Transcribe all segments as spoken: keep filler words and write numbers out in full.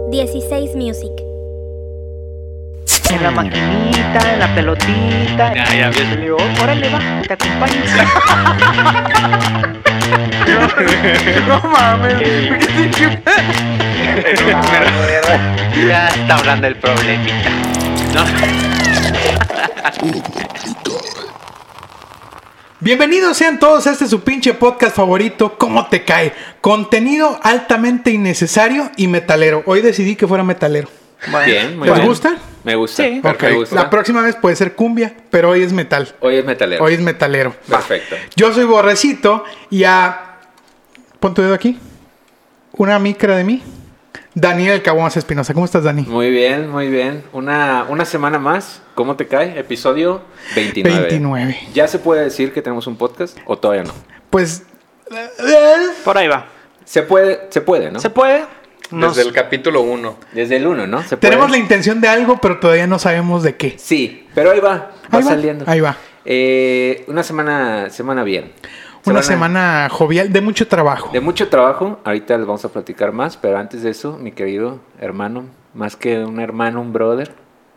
dieciséis Music. En la maquinita, en la pelotita. Ya, ya, ya. Le digo, órale, va, te acompaño. No mames. Ya está hablando el problemita. No. Bienvenidos sean todos a este su pinche podcast favorito, ¿Cómo te cae? Contenido altamente innecesario y metalero. Hoy decidí que fuera metalero. Bueno, bien, muy ¿Les bien. gusta? Me gusta. Sí. Ok. Me gusta. La próxima vez puede ser cumbia, pero hoy es metal. Hoy es metalero. Hoy es metalero. Va. Perfecto. Yo soy Borrecito y a... Pon tu dedo aquí. Una micra de mí. Daniel Caguamas Espinosa. ¿Cómo estás, Dani? Muy bien, muy bien. Una, una semana más. ¿Cómo te cae? Episodio veintinueve. veintinueve. ¿Ya se puede decir que tenemos un podcast o todavía no? Pues... Por ahí va. Se puede, se puede, ¿no? ¿Se puede? Nos- Desde el capítulo uno. Desde el uno, ¿no? ¿Se puede? Tenemos la intención de algo, pero todavía no sabemos de qué. Sí, pero ahí va. Va Ahí va, saliendo. ahí va. Eh, una semana, semana bien. Una semana jovial, de mucho trabajo. De mucho trabajo, ahorita les vamos a platicar más, pero antes de eso, mi querido hermano, más que un hermano, un brother,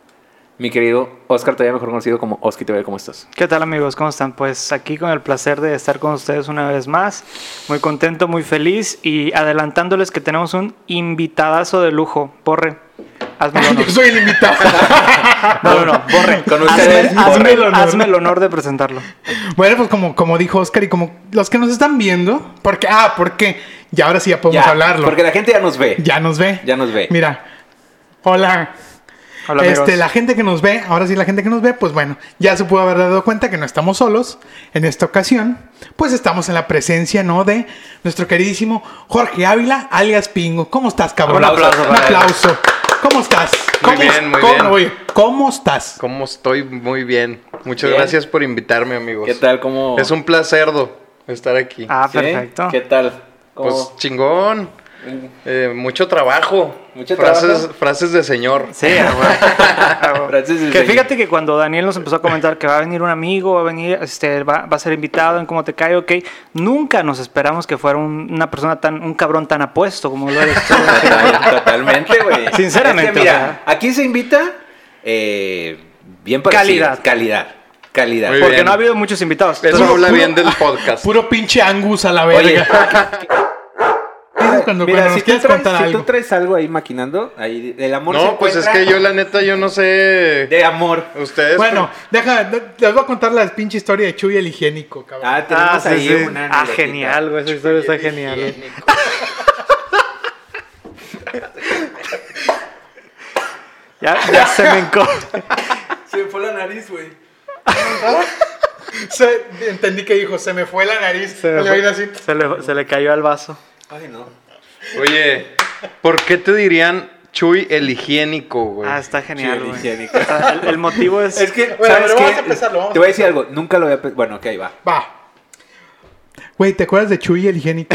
mi querido Oscar, todavía mejor conocido como Oski T V, ¿cómo estás? ¿Qué tal, amigos? ¿Cómo están? Pues aquí con el placer de estar con ustedes una vez más. Muy contento, muy feliz y adelantándoles que tenemos un invitadazo de lujo. Borre, hazme el honor. Yo soy el invitado. No, no, no, Borre. Con hazme, ustedes, hazme Borre. el honor. hazme el honor de presentarlo. Bueno, pues como, como dijo Oscar y como los que nos están viendo, porque, ah, porque ya ahora sí ya podemos Ya, hablarlo. porque la gente ya nos ve. Ya nos ve. Ya nos ve. Mira, hola. Hola, este, amigos. la gente que nos ve, ahora sí la gente que nos ve, pues bueno, ya se pudo haber dado cuenta que no estamos solos. En esta ocasión, pues estamos en la presencia, ¿no? De nuestro queridísimo Jorge Ávila, alias Pingo. ¿Cómo estás, cabrón? Un aplauso Un para él. aplauso. ¿Cómo estás? Muy ¿Cómo, bien, muy cómo- bien. oye, ¿cómo estás? ¿Cómo estoy? Muy bien. Muchas Bien. gracias por invitarme, amigos. ¿Qué tal? ¿Cómo? Es un placer do, estar aquí. Ah, ¿Sí? perfecto. ¿Qué tal? ¿Cómo? Pues chingón. Eh, mucho trabajo. ¿Mucho frases, trabajo? frases de señor. Sí, ah, bueno. Ah, bueno. Francis del Que Señor. fíjate que cuando Daniel nos empezó a comentar que va a venir un amigo, va a venir, este, va, va a ser invitado en Cómo te cae, ok, nunca nos esperamos que fuera un- una persona tan, un cabrón tan apuesto como lo eres tú. Ay, totalmente, güey. Sinceramente, Es que mira, o sea. aquí se invita eh, bien parecido. Calidad. Calidad. Calidad. Muy Porque bien. no ha habido muchos invitados. Eso Entonces, habla puro- bien del podcast. Puro pinche Angus a la Oye, verga. cuando, mira, cuando si, nos tú quieres traes, contar si algo. tú traes algo ahí maquinando, ahí el amor se No, pues es encuentra que yo la neta, yo no sé. de amor. Ustedes. Bueno, deja, de- les voy a contar la pinche historia de Chuy el higiénico, cabrón. Ah, tenemos ah, sí, ahí sí. una Ah, anécdotita. genial, güey, esa historia está genial. Ya, ya se me enco... Se me fue la nariz, güey. Se- entendí que dijo, se me fue la nariz. Se, me Le oí fue- así. se le, se le cayó al vaso. Ay, no. Oye, ¿por qué te dirían Chuy el higiénico, güey? Ah, está genial, Sí, el güey. higiénico. Está- El, el motivo es... Es que, Bueno, ¿sabes pero qué? vamos a empezarlo, vamos Te voy a a decir algo. Nunca lo había... pe- Bueno, ok, va. Va. Güey, ¿te acuerdas de Chuy el higiénico?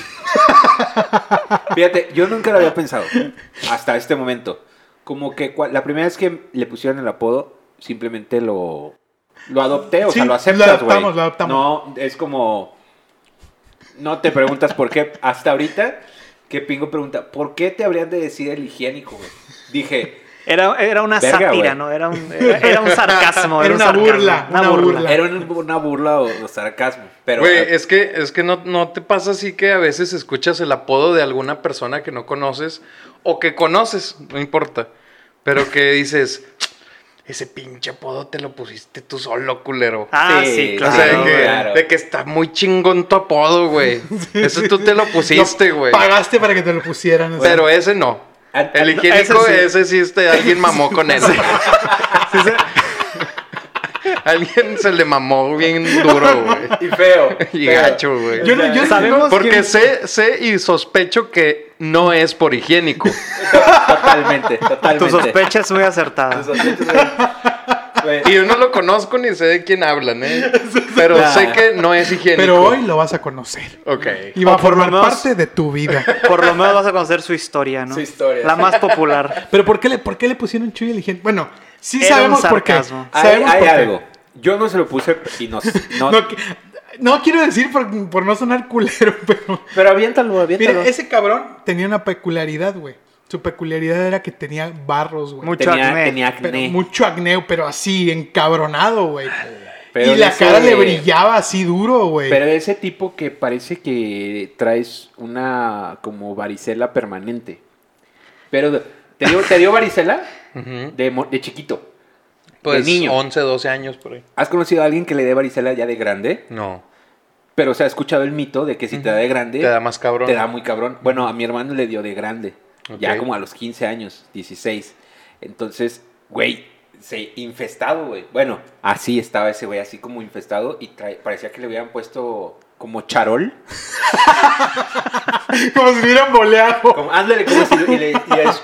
Fíjate, yo nunca lo había pensado. Hasta este momento. Como que cua- la primera vez que le pusieron el apodo, simplemente lo... Lo adopté, o Sí, sea, lo lo aceptas, güey. adoptamos, lo adoptamos. No, es como... No te preguntas por qué. Hasta ahorita que Pingo pregunta, ¿por qué te habrían de decir el higiénico, güey? Dije, Era, era una Verga, sátira, güey. ¿no? Era un, era, era un sarcasmo. Era un una sarcasmo, burla, una burla. era un- una burla o, o sarcasmo. Pero Güey, es que, es que no, no te pasa así que a veces escuchas el apodo de alguna persona que no conoces o que conoces, no importa, pero que dices, ese pinche apodo te lo pusiste tú solo, culero. Ah, Sí, sí, O claro. sea, de que, claro. de que está muy chingón tu apodo, güey. Eso tú te lo pusiste, Lo güey. Pagaste para que te lo pusieran. o sea. Pero ese no. Ah, El ah, higiénico, ese sí. ese sí, este, alguien mamó con él. Sí, sí. Alguien se le mamó bien duro, güey. y feo. Y feo. gacho, güey. Yo no- yo no- Sabemos Porque quién- sé, sé y sospecho que no es por higiénico. Totalmente, totalmente. Tu sospecha es muy acertada. Tu sospecha, güey. Y yo no lo conozco ni sé de quién hablan, ¿eh? Pero Nah. sé que no es higiénico. Pero hoy lo vas a conocer. Ok. Y va O a por lo formar menos- parte de tu vida. Por lo menos vas a conocer su historia, ¿no? Su historia. La más popular. Pero ¿por qué le, por qué le pusieron Chuy el higiénico? Bueno, sí Era sabemos un por qué. sarcasmo. Hay, Sabemos hay por qué. algo. Yo no se lo puse y no... no, No, que- no quiero decir por, por no sonar culero, pero... pero aviéntalo, aviéntalo. Mira, ese cabrón tenía una peculiaridad, güey. su peculiaridad era que tenía barros, güey. Mucho tenía, acné. tenía acné. Pero mucho acné, pero así, encabronado, güey. Pero Y la ese- cara le brillaba así duro, güey. Pero de ese tipo que parece que traes una como varicela permanente. Pero, ¿te dio, te dio varicela? Ujú. De, mo- de chiquito. Pues de niño. once, doce años por ahí. ¿Has conocido a alguien que le dé varicela ya de grande? No. Pero se ha escuchado el mito de que si te da de grande... Te da más cabrón. Te da muy cabrón. Bueno, a mi hermano le dio de grande. Ok. Ya como a los quince años, dieciséis. Entonces, güey, se infestado, güey. Bueno, así estaba ese güey, así como infestado. Y trae- parecía que le habían puesto como charol. Como si hubieran boleado. Como, ándale, como si... Y le, y es-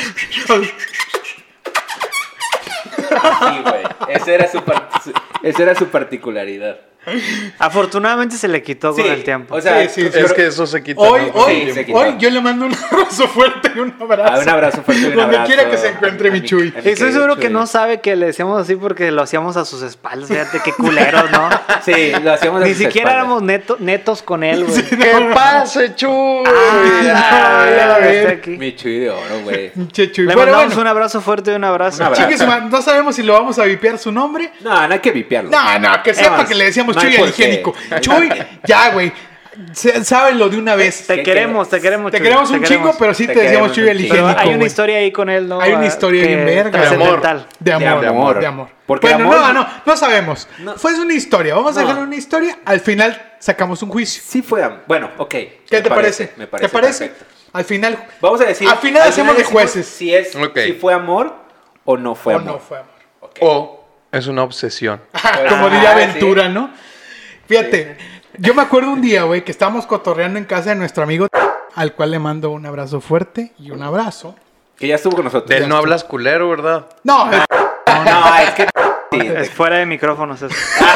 así, güey. Esa era su, par- su- esa era su particularidad. Afortunadamente se le quitó con Sí, el tiempo. o sea, Sí, sí, Es pero que eso se quita. Hoy, ¿no? hoy, Sí, se quitó. hoy yo le mando un abrazo fuerte y un abrazo. Ah, un abrazo fuerte y un Donde abrazo quiera que se encuentre a mi mi- Chuy. a mi- Y estoy querido seguro que Chuy. no sabe que le decíamos así porque lo hacíamos a sus espaldas. Fíjate qué culeros, ¿no? Sí, lo hacíamos a Ni sus siquiera espaldas. éramos neto- netos con él, güey. ¡Que pase, Chuy! Ah, Ay, a ya, ver. está aquí. Mi Chuy de oro, güey. Pinche Chuy. Le Pero mandamos bueno, un abrazo fuerte y un abrazo. Un abrazo. chingue su madre, no sabemos si lo vamos a vipear su nombre. No, no hay que vipiarlo. No, no, que sepa Además, que le decíamos no hay Chuy por al qué. higiénico. Chuy, ya, güey. Se- Sábenlo de una vez. Te ¿Qué queremos, te queremos. Te Chuy, queremos un queremos. chingo, pero sí Te te, decíamos queremos Chuy un el chingo. Pero higiénico. hay una güey. historia ahí con él, ¿no? Hay una historia Que bien verga. trascendental. De amor, De amor. de amor. Porque bueno, el amor- no, no, no sabemos. No. Fue una historia. Vamos a No. dejar una historia. Al final sacamos un juicio. Sí fue... am- Bueno, ok. ¿Qué Me te parece? Me parece ¿Te parece? perfecto. Al final. Vamos a decir... Al final hacemos de decimos jueces. Si, es, Ok. si fue amor o no fue o amor. no fue amor. Ok. O es una obsesión. Como Ah, diría sí. Ventura, ¿no? Fíjate, yo me acuerdo un día, güey, que estábamos cotorreando en casa de nuestro amigo, al cual le mando un abrazo fuerte y un abrazo. Que ya estuvo con nosotros. De él no hablas culero, ¿verdad? No, eh, No, no, es que... sí. Es fuera de micrófonos eso.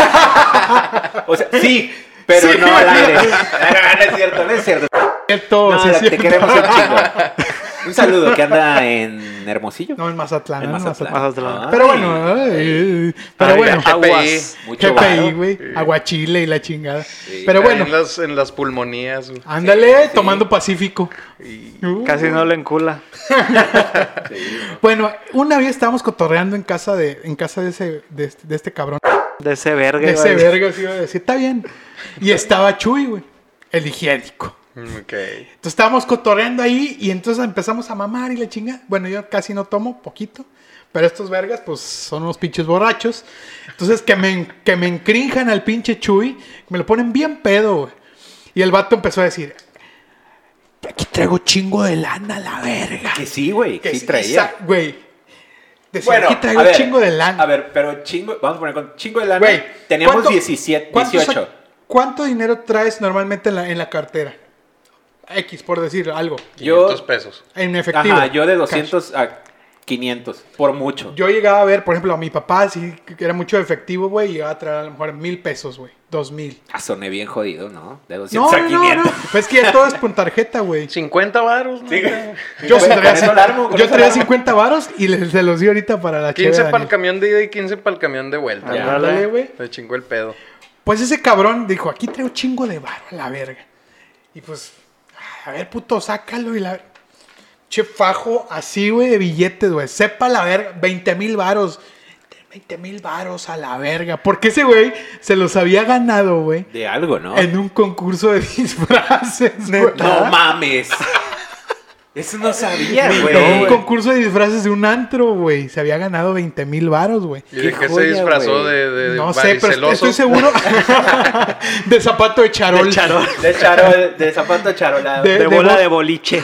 O sea, sí, pero Sí. no al aire. No, no es cierto, no es cierto. cierto, No, sí es te cierto. queremos un chingo. Un saludo que anda en Hermosillo. No, en Mazatlán, En no en Mazatlán. Mazatlán. Mazatlán. Pero bueno, ay, pero Ay, bueno. G P I. Aguas. Mucho G P I, varo. güey. Aguachile y la chingada. Sí. Pero Ahí bueno, En las, en las pulmonías. güey. ándale, Sí, sí. tomando Pacífico. Y- Uh. Casi no le encula. Sí. Bueno, una vez estábamos cotorreando en casa de, en casa de ese, de este, de este cabrón. De ese verga. De ese güey. verga, sí iba a decir, está bien. Y estaba Chuy, güey. El higiénico. Ok. Entonces estábamos cotorreando ahí y entonces empezamos a mamar y la chinga. Bueno, yo casi no tomo, poquito. Pero estos vergas, pues, son unos pinches borrachos. Entonces, que me, que me encrinjan al pinche Chuy, me lo ponen bien pedo, güey. Y el vato empezó a decir, aquí traigo chingo de lana, la verga. Que sí, güey, Que sí sí, traía. esa- Güey. Decía, Bueno, aquí traigo a ver, chingo de lana. A ver, pero chingo, vamos a poner con chingo de lana. Güey, Teníamos ¿cuánto- diecisiete, cuánto dieciocho. sa- ¿Cuánto dinero traes normalmente en la, en la cartera? X, por decir algo. Yo- quinientos pesos. En efectivo. Ajá, yo de Cash. doscientos a quinientos, por mucho. Yo llegaba a ver, por ejemplo, a mi papá, sí, que era mucho efectivo, güey, y llegaba a traer a lo mejor mil pesos, güey. Dos mil. Ah, soné bien jodido, ¿no? De No, doscientos no, a no, quinientos. no. Pues es que ya todo es con tarjeta, güey. cincuenta varos. ¿no? Sí, güey. Yo sí Con traía, eso largo, con yo eso traía largo. cincuenta varos y les, se los di ahorita para la quince chévere, para el Daniel. camión de ida y quince para el camión de vuelta. Ya. Ándale, güey. Me chingó el pedo. Pues ese cabrón dijo, aquí traigo chingo de varo, a la verga. Y pues, a ver, puto, sácalo y la... Che fajo así, güey, de billetes, güey. Sepa la verga, veinte mil varos. veinte mil varos a la verga. Porque ese güey se los había ganado, güey. De algo, ¿no? En un concurso de disfraces, güey. No mames. Eso no sabía, En güey. un concurso de disfraces de un antro, güey. Se había ganado veinte mil varos, güey. ¿Y de Qué qué se joya, disfrazó? güey. De, de, de No sé, pero variceloso? estoy seguro. De zapato de charol. De charol. De charol, de zapato charolado. De- De bola bo- de boliche.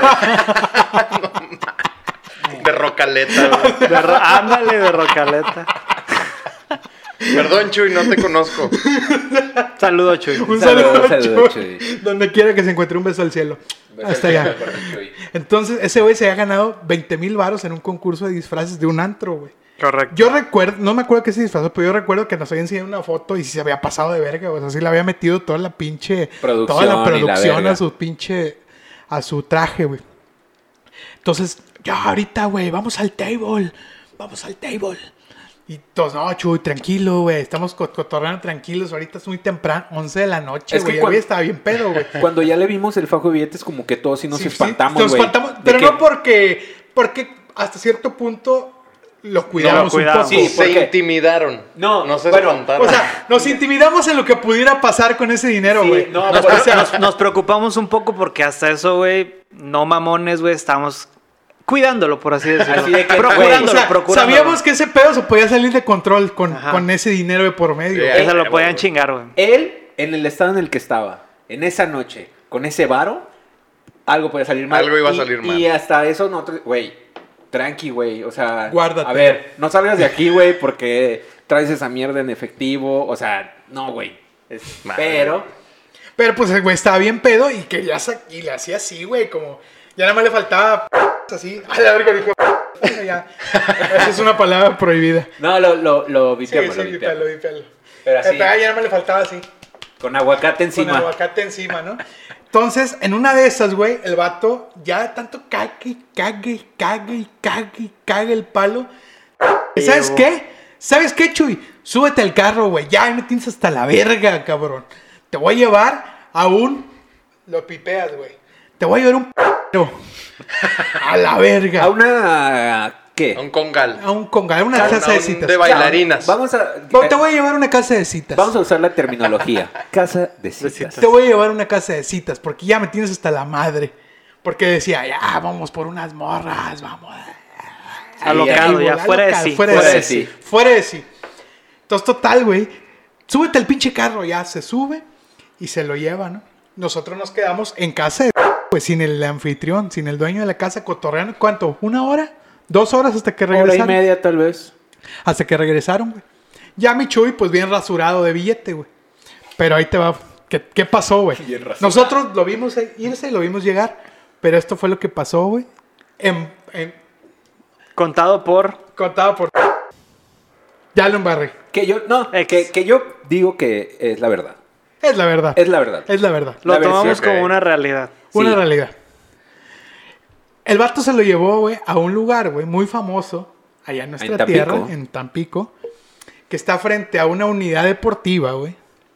De rocaleta. güey. De ro- Ándale, de rocaleta. Perdón, Chuy, no te conozco. Saludo, Chuy. Un Saludo, saludo, saludo, Chuy. Chuy. Donde quiera que se encuentre, un beso al cielo. Hasta allá. Entonces, ese güey se había ganado veinte mil varos en un concurso de disfraces de un antro, güey. Correcto. Yo recuerdo, no me acuerdo qué se disfrazó, pero yo recuerdo que nos había enseñado una foto y se había pasado de verga, güey. O sea, sí le había metido toda la pinche... Producción toda y la la producción verga. a su pinche... a su traje, güey. Entonces, ya ahorita, güey, vamos al table. Vamos al table. Y todos, no, Chuy, tranquilo, güey. Estamos co- cotorreando tranquilos. Ahorita es muy temprano, once de la noche, Es que güey. El cuando- güey estaba bien pedo, güey. Cuando ya le vimos el fajo de billetes, como que todos sí nos Sí, sí, espantamos, nos güey. espantamos, De pero que- no porque, porque hasta cierto punto lo cuidamos cuidamos. un poco. Sí, Se ¿por qué? intimidaron. No, no se bueno, espantaron. O sea, nos intimidamos en lo que pudiera pasar con ese dinero, Sí, güey. no, Nos, por- o sea, nos- nos preocupamos un poco porque hasta eso, güey, no mamones, güey, estamos cuidándolo, por así decirlo. Así de que, O procurándolo, sea, procurándolo. sabíamos que ese pedo se podía salir de control con, Ajá. con ese dinero de por medio. Sí, güey. Eso lo Eh, podían güey. chingar, güey. Él, en el estado en el que estaba, en esa noche, con ese varo, algo puede salir mal. Algo iba a Y- salir mal. Y hasta eso nosotros, güey, tranqui, güey, o sea... Guárdate. A ver, no salgas de aquí, güey, porque traes esa mierda en efectivo, o sea, no, güey. Es- Madre. Pero... Pero pues el güey estaba bien pedo y quería sa- y le hacía así, güey, como ya nada más le faltaba así. A la verga, dijo. Ya. Esa es una palabra prohibida. No, lo, lo, lo Sí, vipiamos, sí, lo vipialo, vipiamos. vipialo. Pero así, Eh, Ya nada más le faltaba así. con aguacate Con encima. aguacate encima, ¿no? Entonces, en una de esas, güey, el vato ya tanto cague y cague y cague y cague y cague el palo. ¿Sabes Llevo. qué? ¿Sabes qué, Chuy? Súbete al carro, güey. Ya me tienes hasta la verga, cabrón. Te voy a llevar a un... Lo pipeas, güey. Te voy a llevar un... p***ero. A la verga. A una... ¿Qué? Un congal. A un conga, a una A casa una- de un citas. de bailarinas. Vamos a... No, te voy a llevar a una casa de citas. Vamos a usar la terminología. Casa de citas. citas. Te voy a llevar a una casa de citas porque ya me tienes hasta la madre. Porque decía, ya, vamos por unas morras, vamos. Alocado, Ahí, ya, güey, fuera de alocado, sí. Fuera, Fuera de, de sí. sí. Fuera de sí. Entonces, total, güey. Súbete al pinche carro, ya se sube y se lo lleva, ¿no? Nosotros nos quedamos en casa de pues sin el anfitrión, sin el dueño de la casa, cotorreando. ¿Cuánto? ¿Una hora? ¿Dos horas hasta que Hora y regresaron? media, tal vez. Hasta que regresaron, güey. Ya mi Chuy, pues bien rasurado de billete, güey. Pero ahí te va. ¿Qué, qué pasó, güey? Bien rasurado. Nosotros lo vimos irse, lo vimos llegar. Pero esto fue lo que pasó, güey. En, en, Contado por... contado por... Ya lo embarré. Que yo, no, Ex. que, que yo digo que es la verdad. Es la verdad. Es la verdad. Es la verdad. Lo La versión, tomamos ok. como una realidad. Una Sí. realidad. El vato se lo llevó, güey, a un lugar, güey, muy famoso, allá en nuestra En Tampico. tierra, en Tampico, que está frente a una unidad deportiva, güey,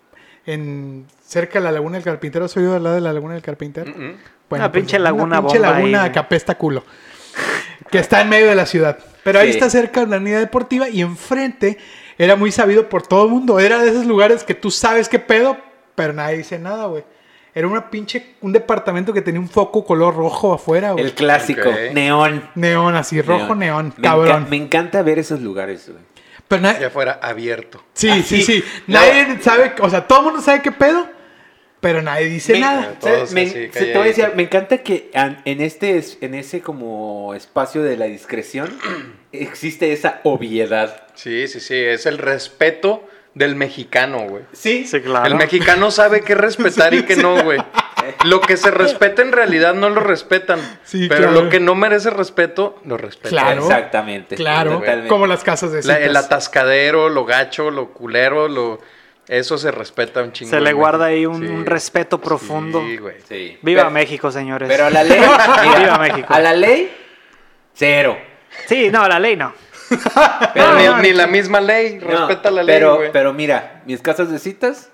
en cerca de la Laguna del Carpintero. ¿Has oído hablar de la Laguna del Carpintero? Mm-mm. Una pinche laguna Una pinche bomba ahí, laguna güey. que apesta culo. Que está en medio de la ciudad. Pero ahí Sí. está cerca de una unidad deportiva y enfrente era muy sabido por todo el mundo. Era de esos lugares que tú sabes qué pedo, pero nadie dice nada, güey. Era una pinche, un departamento que tenía un foco color rojo afuera, güey. El clásico, Ok. neón. Neón, así, rojo neón, Me cabrón. enca- me encanta ver esos lugares, güey. Pero nadie... Ya fuera abierto. Sí, Ah, sí, sí. sí. No. Nadie sabe, o sea, todo el mundo sabe qué pedo, pero nadie dice Me- nada. Todos ¿sabes? Me- así, se- te voy a calladitos. decir, me encanta que an- en este, es- en ese como espacio de la discreción existe esa obviedad. Sí, sí, sí. Es el respeto del mexicano, güey. Sí, Sí, claro. El mexicano sabe qué respetar y qué no, güey. Lo que se respeta en realidad no lo respetan. Sí, pero claro. lo que no merece respeto, lo respetan. Claro. Exactamente. Claro, Totalmente. como las casas de La- citas. el atascadero, lo gacho, lo culero, lo... Eso se respeta un chingo. Se le en guarda México. ahí un, Sí. un respeto profundo. Sí, güey. Sí. Viva Pero- México, señores. Pero a la ley, mira, Viva México. a la ley, cero. Sí, no, la ley no. Pero No, ni, no, ni la misma ley, no, respeta la ley, pero, güey. pero mira, mis casas de citas,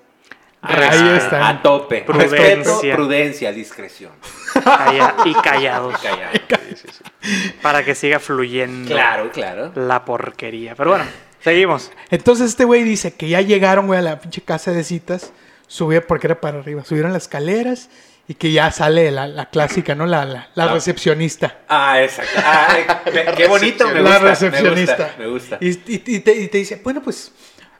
Ahí a- está. a tope. Prudencia. Respeto, prudencia, discreción. Calla- y callados. Callado. Sí, sí, sí. Para que siga fluyendo Claro, claro. la porquería. Pero bueno, seguimos. Entonces este güey dice que ya llegaron, güey, a la pinche casa de citas. Subieron, porque era para arriba. Subieron las escaleras y que ya sale la, la clásica, ¿no? La, la, la Ah. recepcionista. Ah, exacto. Ah, me- qué bonito, me la gusta. recepcionista. Me gusta. Y, y- y te, y te dice, bueno, pues,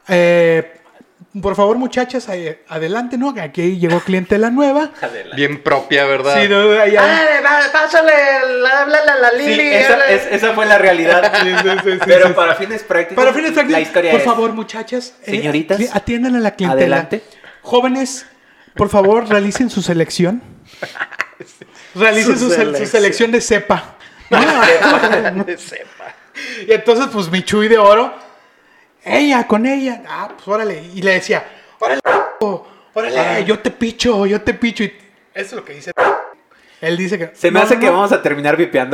eh, por favor, muchachas, ahí, adelante, ¿no? Aquí llegó clientela nueva. Adelante. Bien propia, ¿verdad? Sí, no, ahí- ahí- Ah, va- pásale, la, la, la, la Sí, Lili. esa, la- es- esa fue la realidad. Sí, sí, sí, sí, Pero sí. para fines prácticos, Para fines prácticos, la historia por es, favor, muchachas, eh, Señoritas, cli- atiendan a la clientela. adelante. Jóvenes, por favor, realicen su selección. Realicen Su su, sel- su selección. selección de cepa. De cepa. Y entonces, pues, mi Chuy de oro, ella, con ella, ah, pues, órale. Y le decía, órale, órale, yo te picho, yo te picho. Y eso es lo que dice. Él dice que... Se me no, hace no, que no. vamos a terminar vipeando. a-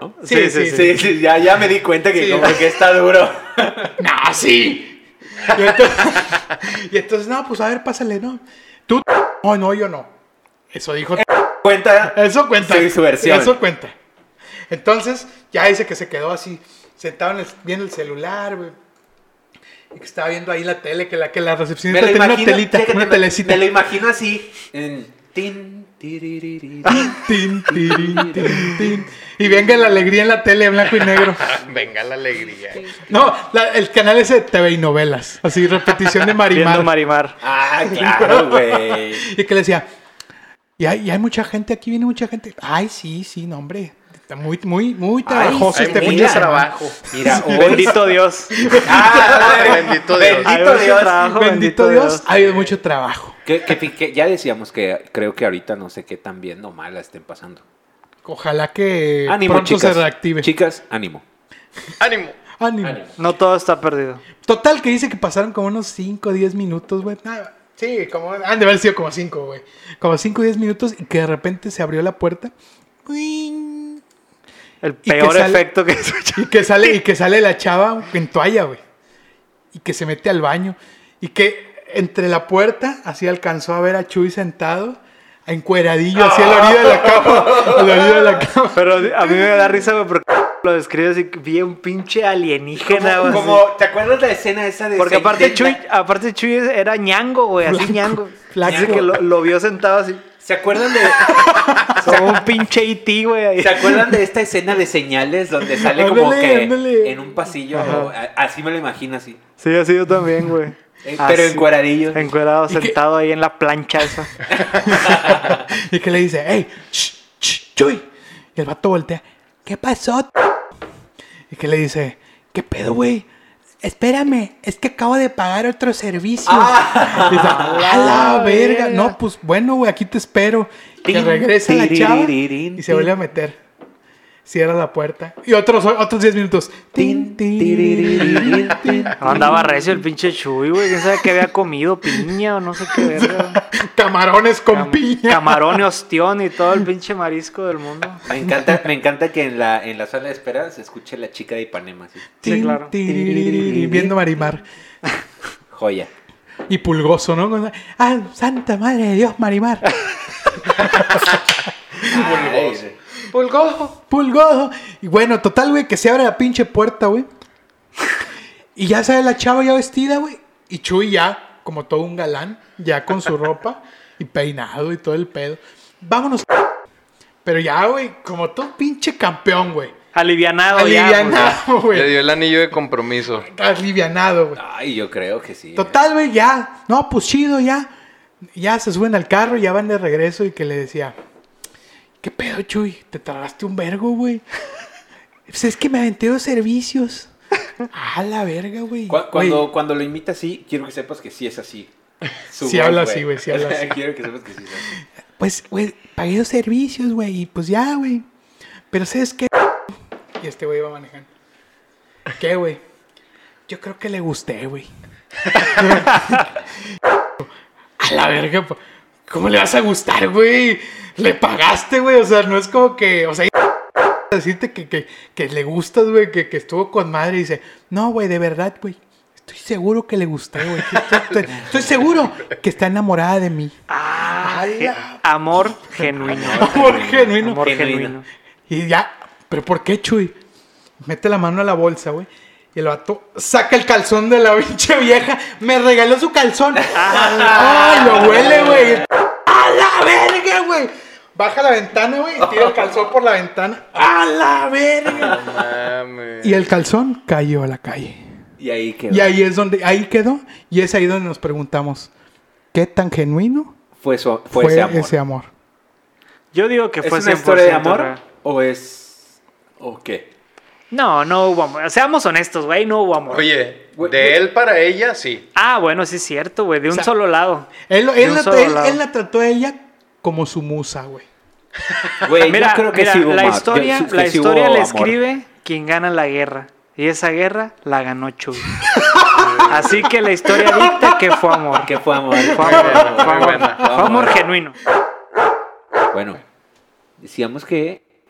Sí, sí, sí. Sí, sí, ya, ya me di cuenta que Sí. como que está duro. ¡No, sí! Y entonces, y entonces, no, pues a ver, pásale, ¿no? Tú, no, no, yo no. Eso dijo. Cuenta. Eso cuenta. Sí, su versión. Eso cuenta. Entonces, ya dice que se quedó así, sentado en el, viendo el celular, güey. Y que estaba viendo ahí la tele, que la, que la recepcionista Me lo tenía una imagino, telita, fíjate, una me- telecita. Me lo imagino así. En tin, tiririri, Tin, tirin, tin, tin. Y venga la alegría en la tele, blanco y negro. Venga la alegría. No, la- el canal ese de T V y novelas. Así, repetición de Viendo Marimar. Marimar. Ah, claro, güey. Y que le decía, y hay, y hay mucha gente, aquí viene mucha gente. Ay, sí, sí, no, hombre. Está muy, muy, muy trabajoso Hay este mucho fin de semana. trabajo. Mira, hoy- Bendito Dios. Ah, Bendito Dios. Hay Bendito mucho Dios. trabajo, Bendito Dios, ha habido mucho trabajo. Que, que- que ya decíamos que creo que ahorita no sé qué tan bien o mal la estén pasando. Ojalá que Ánimo, pronto chicas. se reactive. Chicas, ánimo. Ánimo. Ánimo. Ánimo. No todo está perdido. Total, que dice que pasaron como unos cinco o diez minutos, güey. Nada, sí, como, han de haber sido como cinco, güey. Como cinco o diez minutos y que de repente se abrió la puerta. ¡Uing! El Y que peor sale- efecto que escuché. Y que sale, y que sale la chava en toalla, güey. Y que se mete al baño. Y que entre la puerta, así alcanzó a ver a Chuy sentado, encueradillo, así a la orilla de la cama. A la orilla de la cama. Pero a mí me da risa, güey, porque lo describes y vi un pinche alienígena, güey. Como, como- ¿te acuerdas la escena esa de Porque se aparte intenta- Chuy, aparte Chuy era ñango, güey, así Flaco, ñango. flaco. Dice que lo, lo vio sentado así, ¿Se acuerdan de como un pinche E T, güey. ahí. ¿Se acuerdan de esta escena de señales donde sale como Ándale, que ándale. en un pasillo? Ajá. a- Así me lo imagino así. Sí, así yo también, güey. Eh, pero Así, encueradillo. Encuerado, ¿Y qué? sentado ahí en la plancha esa. Y que le dice, hey, shh, shh, Chuy. Y el vato voltea, ¿qué pasó? Y que le dice, ¿qué pedo, güey? Espérame, es que acabo de pagar otro servicio. Y dice, a la verga. No, pues bueno, güey, aquí te espero. Que Tin, regresa la chava tiriririn, y se vuelve a meter. Cierra la puerta. Y otros otros diez minutos. Tin, tiriririn, tin. Andaba recio el pinche Chuy, güey. ¿Quién sabe qué había comido? Piña o no sé qué verga. Camarones con Cam- piña. Camarón y ostión y todo el pinche marisco del mundo. Me encanta, me encanta que en la, en la sala de espera se escuche la chica de Ipanema. Así. Sí, Tin, claro. tiriririn, viendo Marimar. Joya. Y pulgoso, ¿no? Ah, santa madre de Dios, Marimar. Ay, Pulgoso. Pulgoso. Y bueno, total, güey, que se abre la pinche puerta, güey. Y ya sale la chava ya vestida, güey. Y Chuy ya, como todo un galán, ya con su ropa y peinado y todo el pedo. Vámonos. Pero ya, güey, como todo pinche campeón, güey. Alivianado, ya. pues, Alivianado, Le güey. dio el anillo de compromiso. Alivianado, güey. Ay, yo creo que sí. Total, güey, ya. No, pues chido, ya. Ya se suben al carro, ya van de regreso y que le decía, ¿qué pedo, Chuy? Te tardaste un vergo, güey. Pues es que me aventé dos servicios. A la verga, güey. Cu- cuando, Güey, cuando lo imita así, quiero que sepas que sí es así. Su Sí voz, habla así, güey, sí habla así. Quiero que sepas que sí es así. pues, güey, pagué dos servicios, güey, y pues ya, güey. Pero ¿sabes qué? Y este güey iba manejando. ¿Qué, güey? Yo creo que le gusté, güey. A la verga, po- ¿cómo le vas a gustar, güey? Le pagaste, güey, o sea, no es como que, o sea, decirte que, que, que le gustas, güey, que, que estuvo con madre y dice, no, güey, de verdad, güey, estoy seguro que le gusté, güey, estoy, estoy- estoy seguro que está enamorada de mí. Ah, A ge- la- amor genuino. Amor genuino. Amor Genuino. genuino. Y ya, ¿pero por qué, Chuy? Mete la mano a la bolsa, güey. Y el vato saca el calzón de la pinche vieja. Me regaló su calzón. ¡Ay, lo huele, güey! ¡A la verga, güey! Baja la ventana, güey, y tira el calzón por la ventana. ¡A la verga! Mames. Y el calzón cayó a la calle. Y ahí quedó. Y ahí es donde, ahí quedó. Y es ahí donde nos preguntamos, ¿qué tan genuino Fue, su- fue, fue, ese amor. ese amor? Yo digo que ¿Es fue una historia de cien por ciento amor? real. ¿O es...? ¿O qué? No, no hubo amor. Seamos honestos, güey, no hubo amor. Oye, Güey, de güey. él para ella, sí. Ah, bueno, sí es cierto, güey, de un O sea, solo lado. Él, De él un la, solo él- lado. él la trató a ella como su musa, güey. Güey, Mira, yo creo que mira, sí hubo la más. historia, Yo- que la sí historia hubo la amor. escribe quien gana la guerra. Y esa guerra la ganó Chuy. Así que la historia dicta que fue amor. Que fue amor. Fue Fue amor, amor, fue amor, buena. fue amor genuino. Bueno, decíamos que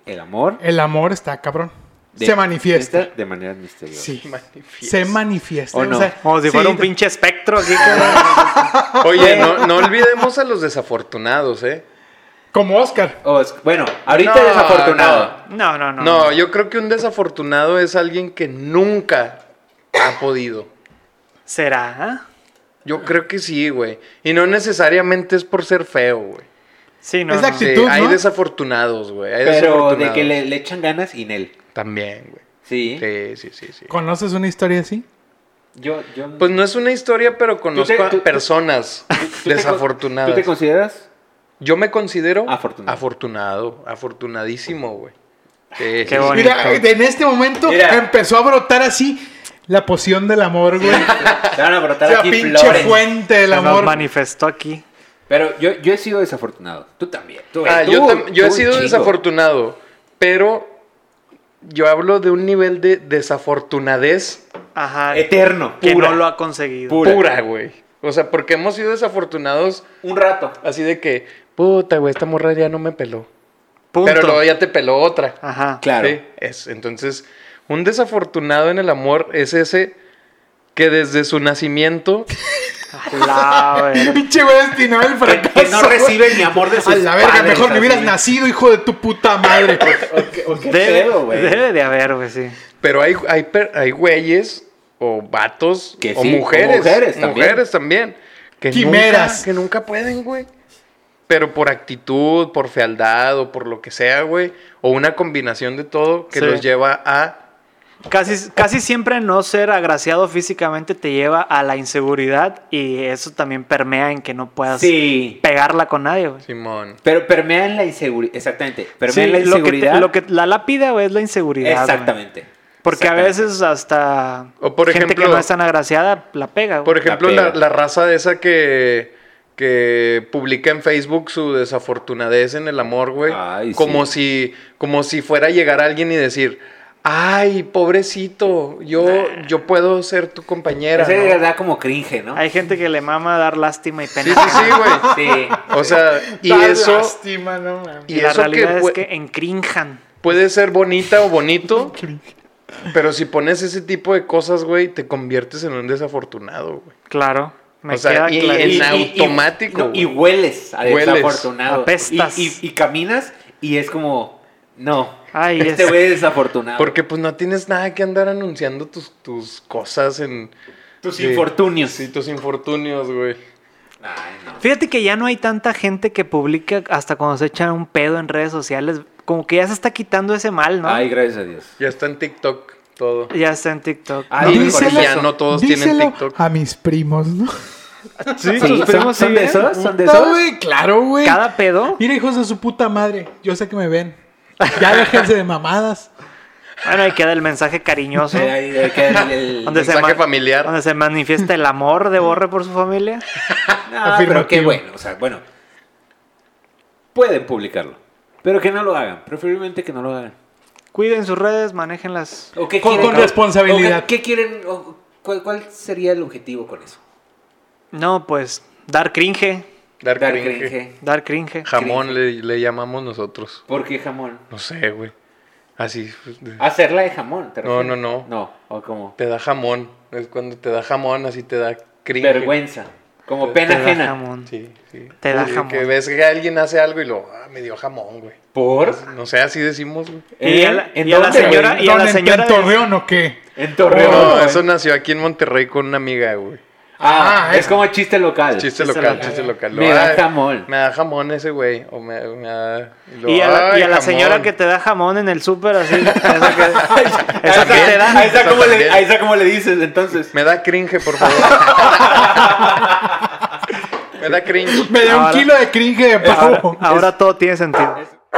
el amor El amor está cabrón. de- Se manifiesta. de manera misteriosa. Sí. Manifiesta. Se manifiesta. ¿O no? Como si sí, fuera un pinche espectro aquí. que- Oye, no, no olvidemos a los desafortunados, ¿eh? Como Oscar. Oh, es- bueno, ahorita No, desafortunado. No, no, no. No, yo creo que un desafortunado es alguien que nunca ha podido. ¿Será? ah? Yo creo que sí, güey. Y no necesariamente es por ser feo, güey. Sí, no. Es la no. Sí, actitud, hay ¿no? desafortunados, güey. Hay Pero de desafortunados. que le, le echan ganas y Nel. También, güey. Sí. Sí, sí, sí, sí. ¿Conoces una historia así? Yo, yo. Pues no es una historia, pero conozco tú- a tú- personas ¿tú te- desafortunadas. ¿Tú te consideras? Yo me considero Afortunado. afortunado, afortunadísimo, güey. Sí, Qué sí, sí. bonito. Mira, en este momento Mira. empezó a brotar así la poción del amor, güey. Te van a O brotar sea, aquí pinche flores. fuente del Se nos amor. manifestó aquí. Pero yo, yo he sido desafortunado. Tú también. Tú, Ah, tú, yo, tam- yo he tú, sido chingo. desafortunado, pero yo hablo de un nivel de desafortunadez Ajá. Eterno. Que pura. no lo ha conseguido. Pura. pura, güey. O sea, porque hemos sido desafortunados Un rato. así de que, puta, güey, esta morra ya no me peló. Punto. Pero luego ya te peló otra. Ajá. Claro. Sí, es, entonces, un desafortunado en el amor es ese que desde su nacimiento La verga. Pinche güey destinado al Que, fracaso. que no recibe ni amor de sus A la verga, padres, mejor ni hubieras así. nacido, hijo de tu puta madre. ¿O qué, o qué Debe, pedo, güey? debe de haber, güey, sí. Pero hay, hay, per- hay güeyes o vatos Que o sí, o mujeres, mujeres también. mujeres también, que Quimeras. nunca, que nunca pueden, güey. Pero por actitud, por fealdad o por lo que sea, güey, o una combinación de todo que Sí. los lleva a Casi, casi siempre no ser agraciado físicamente te lleva a la inseguridad y eso también permea en que no puedas Sí. pegarla con nadie, güey. Simón. Pero permea en la inseguridad. Exactamente. Permea Sí, en la lo que, te- inseguridad. lo que la lápida, güey, es la inseguridad. güey. Exactamente. Porque a Exactamente. veces hasta O por gente ejemplo- que no es tan agraciada la pega, güey. Por ejemplo, La la, pega. la raza de esa que, que publica en Facebook su desafortunadez en el amor, güey. Ay, Como sí. si, como si fuera a llegar alguien y decir, ay, pobrecito, yo, yo puedo ser tu compañera. Ese ¿no? da como cringe, ¿no? Hay gente que le mama dar lástima y pena. Sí, sí, sí, güey. Sí. O sea, y Da eso lástima, no mames. Y, y la eso realidad que es pue- que encrinjan. puede ser bonita o bonito, pero si pones ese tipo de cosas, güey, te conviertes en un desafortunado, güey. Claro. Me O sea, queda y- clarísimo. en automático, no, güey. y hueles a Hueles. desafortunado. Apestas. Y, y, y caminas y es como, no, Ay, este es- güey es desafortunado. Porque pues no tienes nada que andar anunciando tus, tus cosas en... tus Sí. infortunios. Sí, tus infortunios, güey. Ay, no. Fíjate que ya no hay tanta gente que publica hasta cuando se echa un pedo en redes sociales. Como que ya se está quitando ese mal, ¿no? Ay, gracias a Dios. Ya está en TikTok todo. Ya está en TikTok. Ay, No, díselo- ya no todos tienen díselo TikTok. a mis primos, ¿no? Sí, Sí, tus primos ¿son, son sí, de ¿eh? esos? ¿Son de No, esos? güey, claro, güey. Cada pedo. Mira, hijos de su puta madre. Yo sé que me ven. Ya déjense de mamadas. Bueno, ahí queda el mensaje cariñoso. Ahí- ahí- ahí queda el- el- Donde se, mensaje ma- familiar. donde se manifiesta el amor de Borre por su familia. No, pero qué Afirmativo. bueno, o sea, bueno. Pueden publicarlo, pero que no lo hagan. Preferiblemente que no lo hagan. Cuiden sus redes, manéjenlas. ¿O qué Con- quieren- con responsabilidad. o qué, qué quieren? o cuál, cuál sería el objetivo con eso? No, pues, dar cringe. Dar, Dar cringe. cringe. Dar cringe. Jamón le, le llamamos nosotros. ¿Por qué jamón? No sé, güey. Así. pues, de- Hacerla de jamón, ¿te No, refieres? no, no. No, o como Te da jamón. Es cuando te da jamón, así te da cringe. vergüenza, como Te- pena Te da ajena. jamón. Sí, sí. Te da Porque jamón. Que ves que alguien hace algo y lo, ah, me dio jamón, güey. ¿Por? No sé, así decimos, güey. Y ¿Eh? a la- ¿En y a la dónde, señora- güey? y a la ¿Dónde, en- señora ¿En de- Torreón o qué? En Torreón. No, güey. eso nació aquí en Monterrey con una amiga, güey. Ah, Ah, es como chiste local. Chiste Chiste local, local. chiste local. Me da Ay, jamón. Me da jamón ese güey. O me, me da... lo- Y a la, ay, y a la jamón. señora que te da jamón en el súper, así. Esa que, esa que Ahí te está, da. ahí está como le, también. ahí está como le dices, entonces. Me da cringe, por favor. me da cringe. Me da un Ahora- kilo de cringe de Ahora, pavo. ahora todo tiene sentido.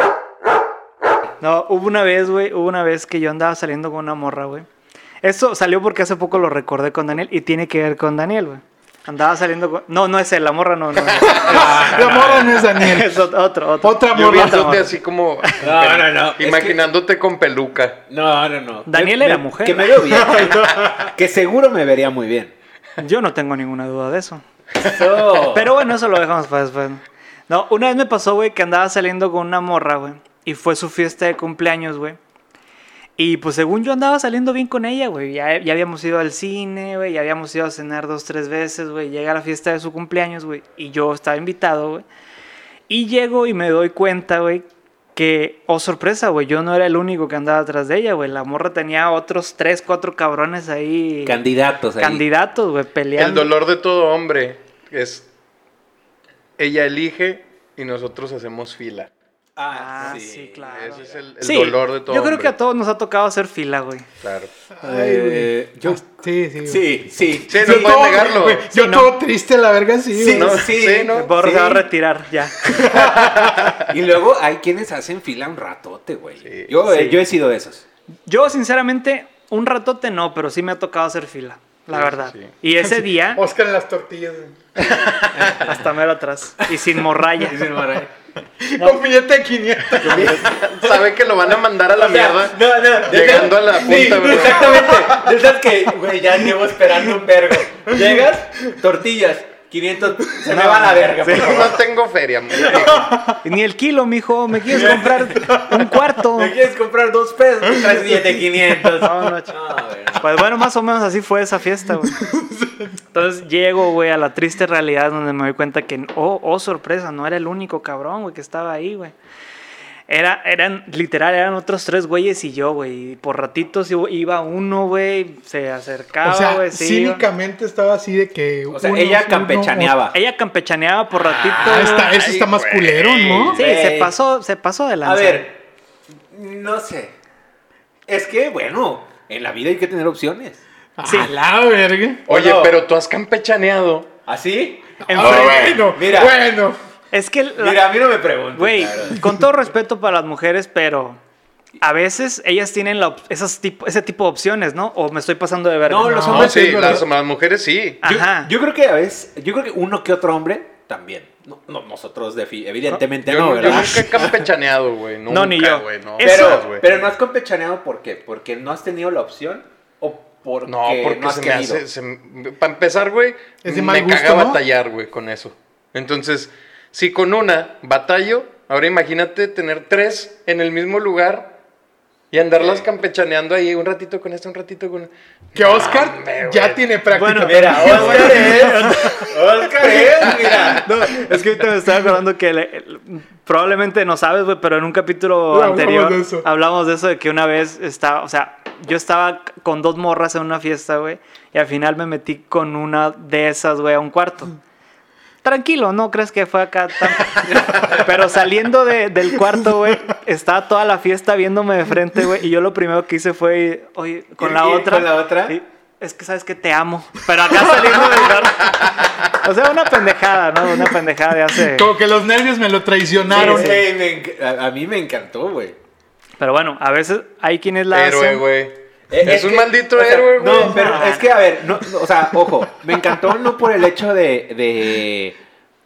No, hubo una vez, güey, hubo una vez que yo andaba saliendo con una morra, güey. Eso salió porque hace poco lo recordé con Daniel y tiene que ver con Daniel, güey. Andaba saliendo con... No, no es él, la morra no, no. no. La morra no es Daniel. Es ot- otro, otro. Otra Yo morra. viéndote así como... No, no, no, es Imaginándote con peluca. No, no, no. Daniel Que era me- mujer. Que me veo bien. Que seguro me vería muy bien. Yo no tengo ninguna duda de eso. Eso. Pero bueno, eso lo dejamos para después. No, una vez me pasó, güey, que andaba saliendo con una morra, güey. y fue su fiesta de cumpleaños, güey. Y pues según yo andaba saliendo bien con ella, güey. Ya, ya habíamos ido al cine, güey. Ya habíamos ido a cenar dos, tres veces, güey. Llega a la fiesta de su cumpleaños, güey. Y yo estaba invitado, güey. Y llego y me doy cuenta, güey, que, oh sorpresa, güey, yo no era el único que andaba atrás de ella, güey. La morra tenía otros tres, cuatro cabrones ahí. Candidatos ahí. Candidatos, güey, peleando. El dolor de todo hombre es... Ella elige y nosotros hacemos fila. Ah, sí, claro. Ese es el, el Sí, dolor de todo yo creo hombre. que a todos nos ha tocado hacer fila, güey. Claro. Eh, yo... Sí, sí. güey. Sí, sí. Sí, Yo no puedes todo- negarlo. güey, Sí, yo no. todo triste, la verga, sí. Sí, güey. No, sí, sí, ¿no? El porro Sí. se va a retirar, ya. Y luego hay quienes hacen fila un ratote, güey. Sí. Yo, Sí. eh, yo he sido de esos. Yo, sinceramente, un ratote no, pero sí me ha tocado hacer fila, la Sí, verdad. sí. Y ese día, Oscar en las tortillas, güey. hasta mero atrás. Y sin morralla. Con billete de quinientos. Sabe que lo van a mandar a la mierda. No, no, Llegando a la punta, sí, ¿verdad? exactamente. De esas que, güey, ya llevo esperando un vergo. Llegas, tortillas, quinientos, se me va la verga, por No favor. tengo feria, muy bien. Ni el kilo, mijo. ¿Me quieres comprar un cuarto? ¿Me quieres comprar dos pesos? Traes billete de quinientos. No, no, ch- No, güey, no. Pues bueno, más o menos así fue esa fiesta, güey. Entonces llego, güey, a la triste realidad donde me doy cuenta que, oh, oh, sorpresa, no era el único cabrón, güey, que estaba ahí, güey. Era, eran, literal, eran otros tres güeyes y yo, güey. Y por ratitos iba- iba uno, güey, se acercaba, O sea, güey, sí. iba. cínicamente estaba así de que. O sea, unos, ella uno, campechaneaba. Ella campechaneaba por ratito. Ah, está, eso Ay, está más güey. culero, ¿no? Sí, Güey. se pasó, se pasó de lanza. A ver, no sé. Es que, bueno, en la vida hay que tener opciones. Sí. A la verga. Oye, no. pero tú has campechaneado. ¿Así? Enfrente- Ah, bueno, Mira. bueno. Es que, la- Mira, a mí no me preguntes. güey, claro. con todo respeto para las mujeres, pero a veces ellas tienen la op- esas tipo, ese tipo de opciones, ¿no? O me estoy pasando de verga. No, los No, hombres sí, sí, las, ¿verdad? las mujeres sí. Yo, Ajá. yo creo que a veces, yo creo que uno que otro hombre también. No, no, nosotros defi- evidentemente Yo, no, yo ¿verdad? nunca he campechaneado, güey. Nunca, No, ni yo. güey, no. Eso- Pero, Esas, güey. pero no has campechaneado, ¿por qué? ¿Porque no has tenido la opción o porque No, porque no has se me querido? hace. se- para empezar, güey, Es de mal me caga gusto, ¿no? batallar, güey, con eso. Entonces, si con una batallo, ahora imagínate tener tres en el mismo lugar y andarlas campechaneando ahí un ratito con esta, un ratito con. Que Oscar Hombre, ya güey. tiene práctica. Bueno, Mira, Oscar es. Oscar es, mira. No, es que ahorita me estaba acordando que le- el- probablemente no sabes, güey, pero en un capítulo Hablamos anterior de eso. hablamos de eso, de que una vez estaba, o sea, yo estaba con dos morras en una fiesta, güey, y al final me metí con una de esas, güey, a un cuarto. Tranquilo, no crees que fue acá tan... Pero saliendo de- del cuarto, güey, estaba toda la fiesta viéndome de frente, güey, y yo lo primero que hice fue, oye, con ¿Y- la y otra... con la otra? sí, es que sabes que te amo. Pero acá saliendo del cuarto... O sea, una pendejada, ¿no? Una pendejada de hace... Como que los nervios me lo traicionaron. Sí, sí, me enc- a, a mí me encantó, güey. Pero bueno, a veces hay quienes la Héroe, hacen... güey. Eh, Es un que- maldito o sea, héroe, güey. No, pero es que, a ver, no, no, o sea, ojo, me encantó no por el hecho de, de,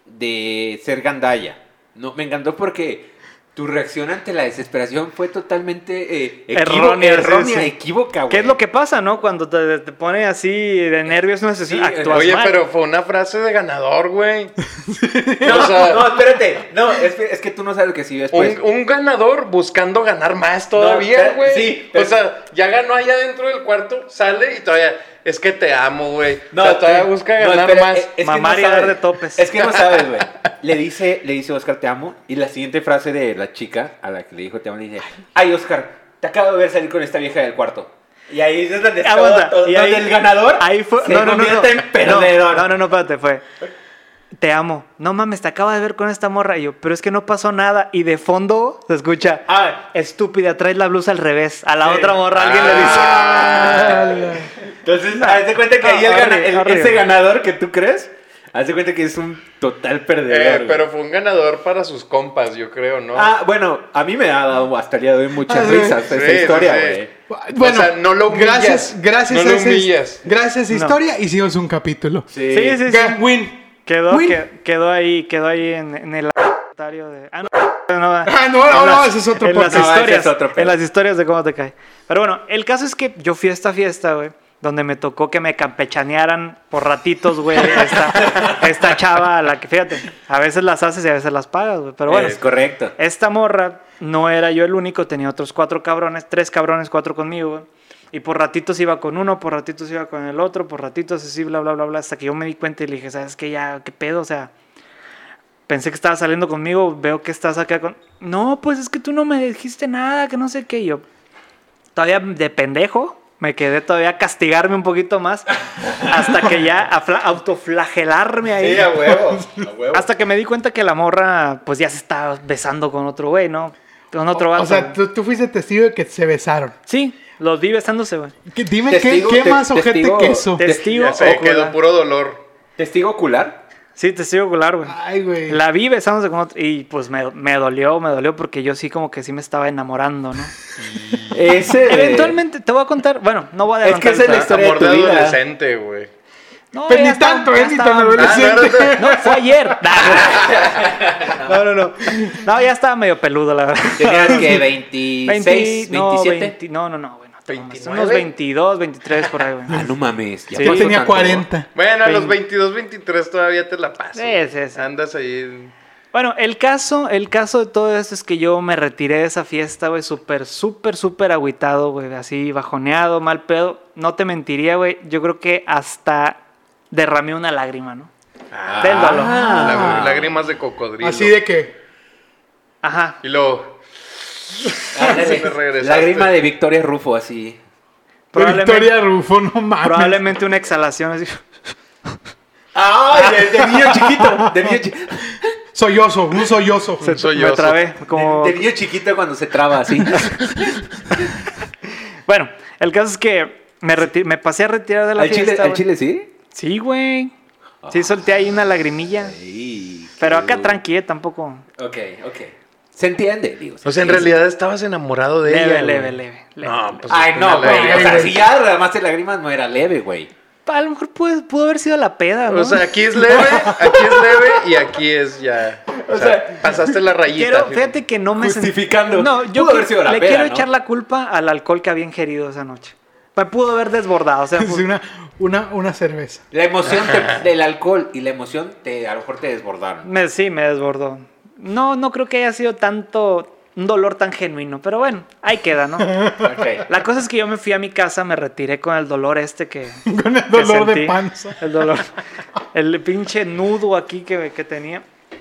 de ser gandalla. No, me encantó porque tu reacción ante la desesperación fue totalmente eh, equivo- Errónea, sí, errónea, sí. equívoca, güey. ¿Qué es lo que pasa, no? Cuando te, te pone así de nervios, no sé si Sí, actúas Oye, mal. pero fue una frase de ganador, güey. No, O sea- no, espérate. No, es que, es que tú no sabes lo que sí después. Un, un ganador buscando ganar más todavía, pero- güey. sí, pero- O sea, ya ganó allá dentro del cuarto, sale y todavía. Es que te amo, güey. No, o sea, todavía sí. busca No, ganar espera, más. es- es que Mamar y sabes. dar de topes. Es que no sabes, güey. Le dice, le dice Oscar, te amo. Y la siguiente frase de la chica a la que le dijo te amo, le dice, ay, Oscar, te acabo de ver salir con esta vieja del cuarto. Y ahí es donde está Aguanta, todo, y donde ahí- el ganador ahí fue, se no, no, no, convierte no. en perdedor. No, no, no, espérate, fue. Te amo. No mames, te acabo de ver con esta morra. Y yo, pero es que no pasó nada. Y de fondo se escucha, Ah. estúpida, traes la blusa al revés. A la Sí. otra morra alguien Ah. le dice. Entonces, haz de cuenta que ahí el Ah, gana- horrible, el- horrible. ese ganador que tú crees, haz de cuenta que es un total perdedor. Eh, güey. pero fue un ganador para sus compas, yo creo, ¿no? Ah, bueno, a mí me ha dado hasta el día de hoy muchas Ah, sí. risas Sí, esa sí, historia, sí. güey. Bueno, O sea, no lo humillas. gracias, gracias No a lo esa, humillas. gracias a esa No. historia hicimos un capítulo. Sí. Sí, sí, sí. Ga- Win. Quedó, Win. que- quedó ahí, quedó ahí en, en el comentario de. Ah, no, no, Ah, no, no, en no, las- ese es otro en las podcast. No, ese historias, es otro pedo. en las historias de cómo te cae. Pero bueno, el caso es que yo fui a esta fiesta, güey. donde me tocó que me campechanearan por ratitos, güey, esta, esta chava a la que, fíjate, a veces las haces y a veces las pagas, güey. Pero bueno, Es correcto. esta morra no era yo el único, tenía otros cuatro cabrones, tres cabrones, cuatro conmigo, güey. Y por ratitos iba con uno, por ratitos iba con el otro, por ratitos así, bla, bla, bla, bla, hasta que yo me di cuenta y le dije, ¿sabes qué? Ya, ¿qué pedo? O sea, pensé que estabas saliendo conmigo, veo que estás acá con... No, pues es que tú no me dijiste nada, que no sé qué. Y yo, todavía de pendejo, me quedé todavía a castigarme un poquito más, hasta que ya a fla- autoflagelarme ahí. Sí, a huevo. A huevo. Hasta que me di cuenta que la morra, pues ya se estaba besando con otro güey, ¿no? Con otro O, vato. o sea, güey. tú, tú fuiste testigo de que se besaron. Sí, los vi besándose, güey. ¿Qué- Dime Testigo, qué, qué te- más ojete testigo- que eso. te- Testigo Ya sé, ocular. quedó puro dolor. ¿Testigo ocular? Sí, testigo ocular, güey. Ay, güey. La vi besándose con otro y pues me, me dolió, me dolió porque yo sí como que sí me estaba enamorando, ¿no? Ese... Eventualmente, te voy a contar, bueno, no voy a Es que adelantar. esa es la historia Amor de de tu vida. adolescente, güey. No, Pues ya ni estaba- tanto, ya ¿eh? Ni tan estaba- adolescente. No, fue ayer. No, no, no. No, ya estaba medio peludo, la verdad. Tenías que veintiséis, veinte, no, veintisiete. veinte, no, no, no, bueno. ¿veintinueve? Unos veintidós, veintitrés por ahí, güey. Ah, no mames. Ya Sí. Yo pasó tenía tanto. cuarenta. Bueno, a los Veinte. veintidós, veintitrés todavía te la paso. Sí, sí, sí. Andas ahí. Bueno, el caso, el caso de todo esto es que yo me retiré de esa fiesta, güey, súper, súper, súper agüitado, güey, así bajoneado, mal pedo. No te mentiría, güey, yo creo que hasta derramé una lágrima, ¿no? Ah, Del dolor. lag- lágrimas de cocodrilo. Así de que. Ajá. Y luego. Ándale. Sí me regresaste. Lágrima de Victoria Rufo, así. Probablemente- Victoria Rufo, no mames. Probablemente una exhalación así. ¡Ay! De, de niño chiquito. De niño, chi- Sollozo, un sollozo. Se- Me sollozo. trabé, como... de- de niño chiquito cuando se traba así. Bueno, el caso es que me, reti- me pasé a retirar de la ¿Al fiesta, chile, al güey. chile sí? Sí, güey. Sí, solté ahí una lagrimilla. Sí, Pero qué acá duro. tranquila, tampoco. Ok, ok. Se entiende, digo. se O sea, en entiende. realidad estabas enamorado de Leve, ella. leve, güey. leve, leve. No, pues. Ay, es no, una güey. leve. O sea, si ya derramaste lágrimas, no era leve, güey. A lo mejor pudo, pudo haber sido la peda, ¿no? O sea, aquí es leve, aquí es leve y aquí es ya. O, O sea, sea, pasaste la rayita. Quiero, fíjate que no me sent- Justificando. No, yo Pudo haber que- sido la le peda, quiero ¿no? echar la culpa al alcohol que había ingerido esa noche. Me pudo haber desbordado, o sea, Es pu- una, una, una cerveza. La emoción te- del alcohol y la emoción te, a lo mejor te desbordaron. me, sí, me desbordó. No, no creo que haya sido tanto un dolor tan genuino, pero bueno, ahí queda, ¿no? Ok. La cosa es que yo me fui a mi casa, me retiré con el dolor este que... Con el que dolor de sentí. panza. El dolor. El pinche nudo aquí que, que tenía.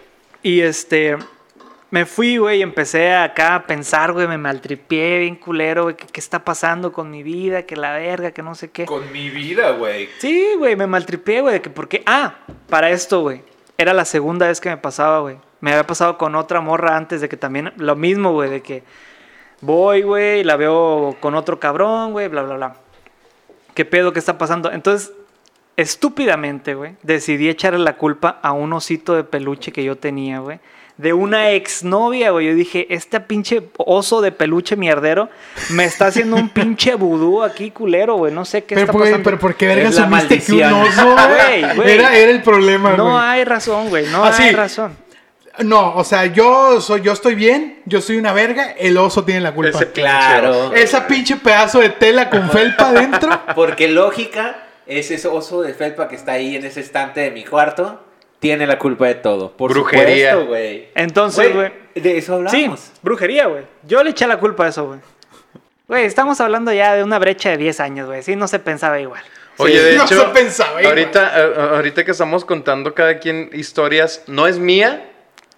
Y este... Me fui, güey, y empecé acá a pensar, güey, me maltripié bien culero, güey, que qué está pasando con mi vida, que la verga, que no sé qué. Con mi vida, güey. Sí, güey, me maltripié, güey, de que por qué... Ah, para esto, güey. Era la segunda vez que me pasaba, güey. Me había pasado con otra morra antes de que también... Lo mismo, güey, de que voy, güey, la veo con otro cabrón, güey, bla, bla, bla. ¿Qué pedo que está pasando? Entonces, estúpidamente, güey, decidí echarle la culpa a un osito de peluche que yo tenía, güey. De una exnovia, güey. Yo dije, este pinche oso de peluche mierdero me está haciendo un pinche vudú aquí culero, güey. No sé qué Pero, está güey, pasando. pero ¿por qué verga Es la asumiste que un maldición. oso? Güey, güey. Era, era el problema, güey. No hay razón, güey. No Ah, sí. hay razón. No, o sea, yo soy, yo estoy bien, yo soy una verga, el oso tiene la culpa. Ese Claro. Esa pinche pedazo de tela con felpa adentro. Porque lógica, ese oso de felpa que está ahí en ese estante de mi cuarto tiene la culpa de todo. Por Brujería. supuesto, güey. Entonces, güey. De eso Sí, hablamos. brujería, güey. Yo le eché la culpa a eso, güey. Güey, estamos hablando ya de una brecha de diez años, güey. Sí, no se pensaba igual. Oye, de no hecho, se pensaba igual. ahorita, eh, ahorita que estamos contando cada quien historias, no es mía,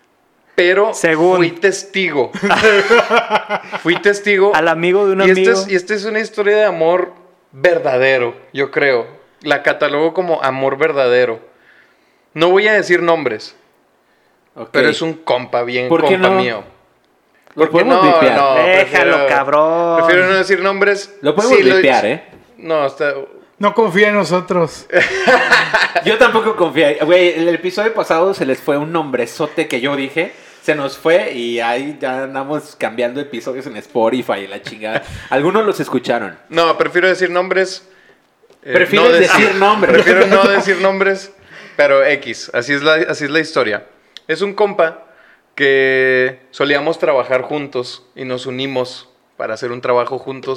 pero Según. fui testigo. Fui testigo. Al amigo de un y amigo. Esta es, y esta es una historia de amor verdadero, yo creo. La catalogo como amor verdadero. No voy a decir nombres, Ok. pero es un compa, bien ¿Por qué compa no? mío. Lo podemos no, vipear. no. Déjalo, prefiero- cabrón. Prefiero no decir nombres. Lo podemos Sí, vipear, ¿eh? No, está... No confía en nosotros. Yo tampoco confía. Güey, el episodio pasado se les fue un nombrezote que yo dije. Se nos fue y ahí ya andamos cambiando episodios en Spotify y la chingada. Algunos los escucharon. No, prefiero decir nombres. eh, Prefieres decir nombres. Prefiero no decir nombres, pero X. Así es, la, así es la historia. Es un compa que solíamos trabajar juntos y nos unimos para hacer un trabajo juntos.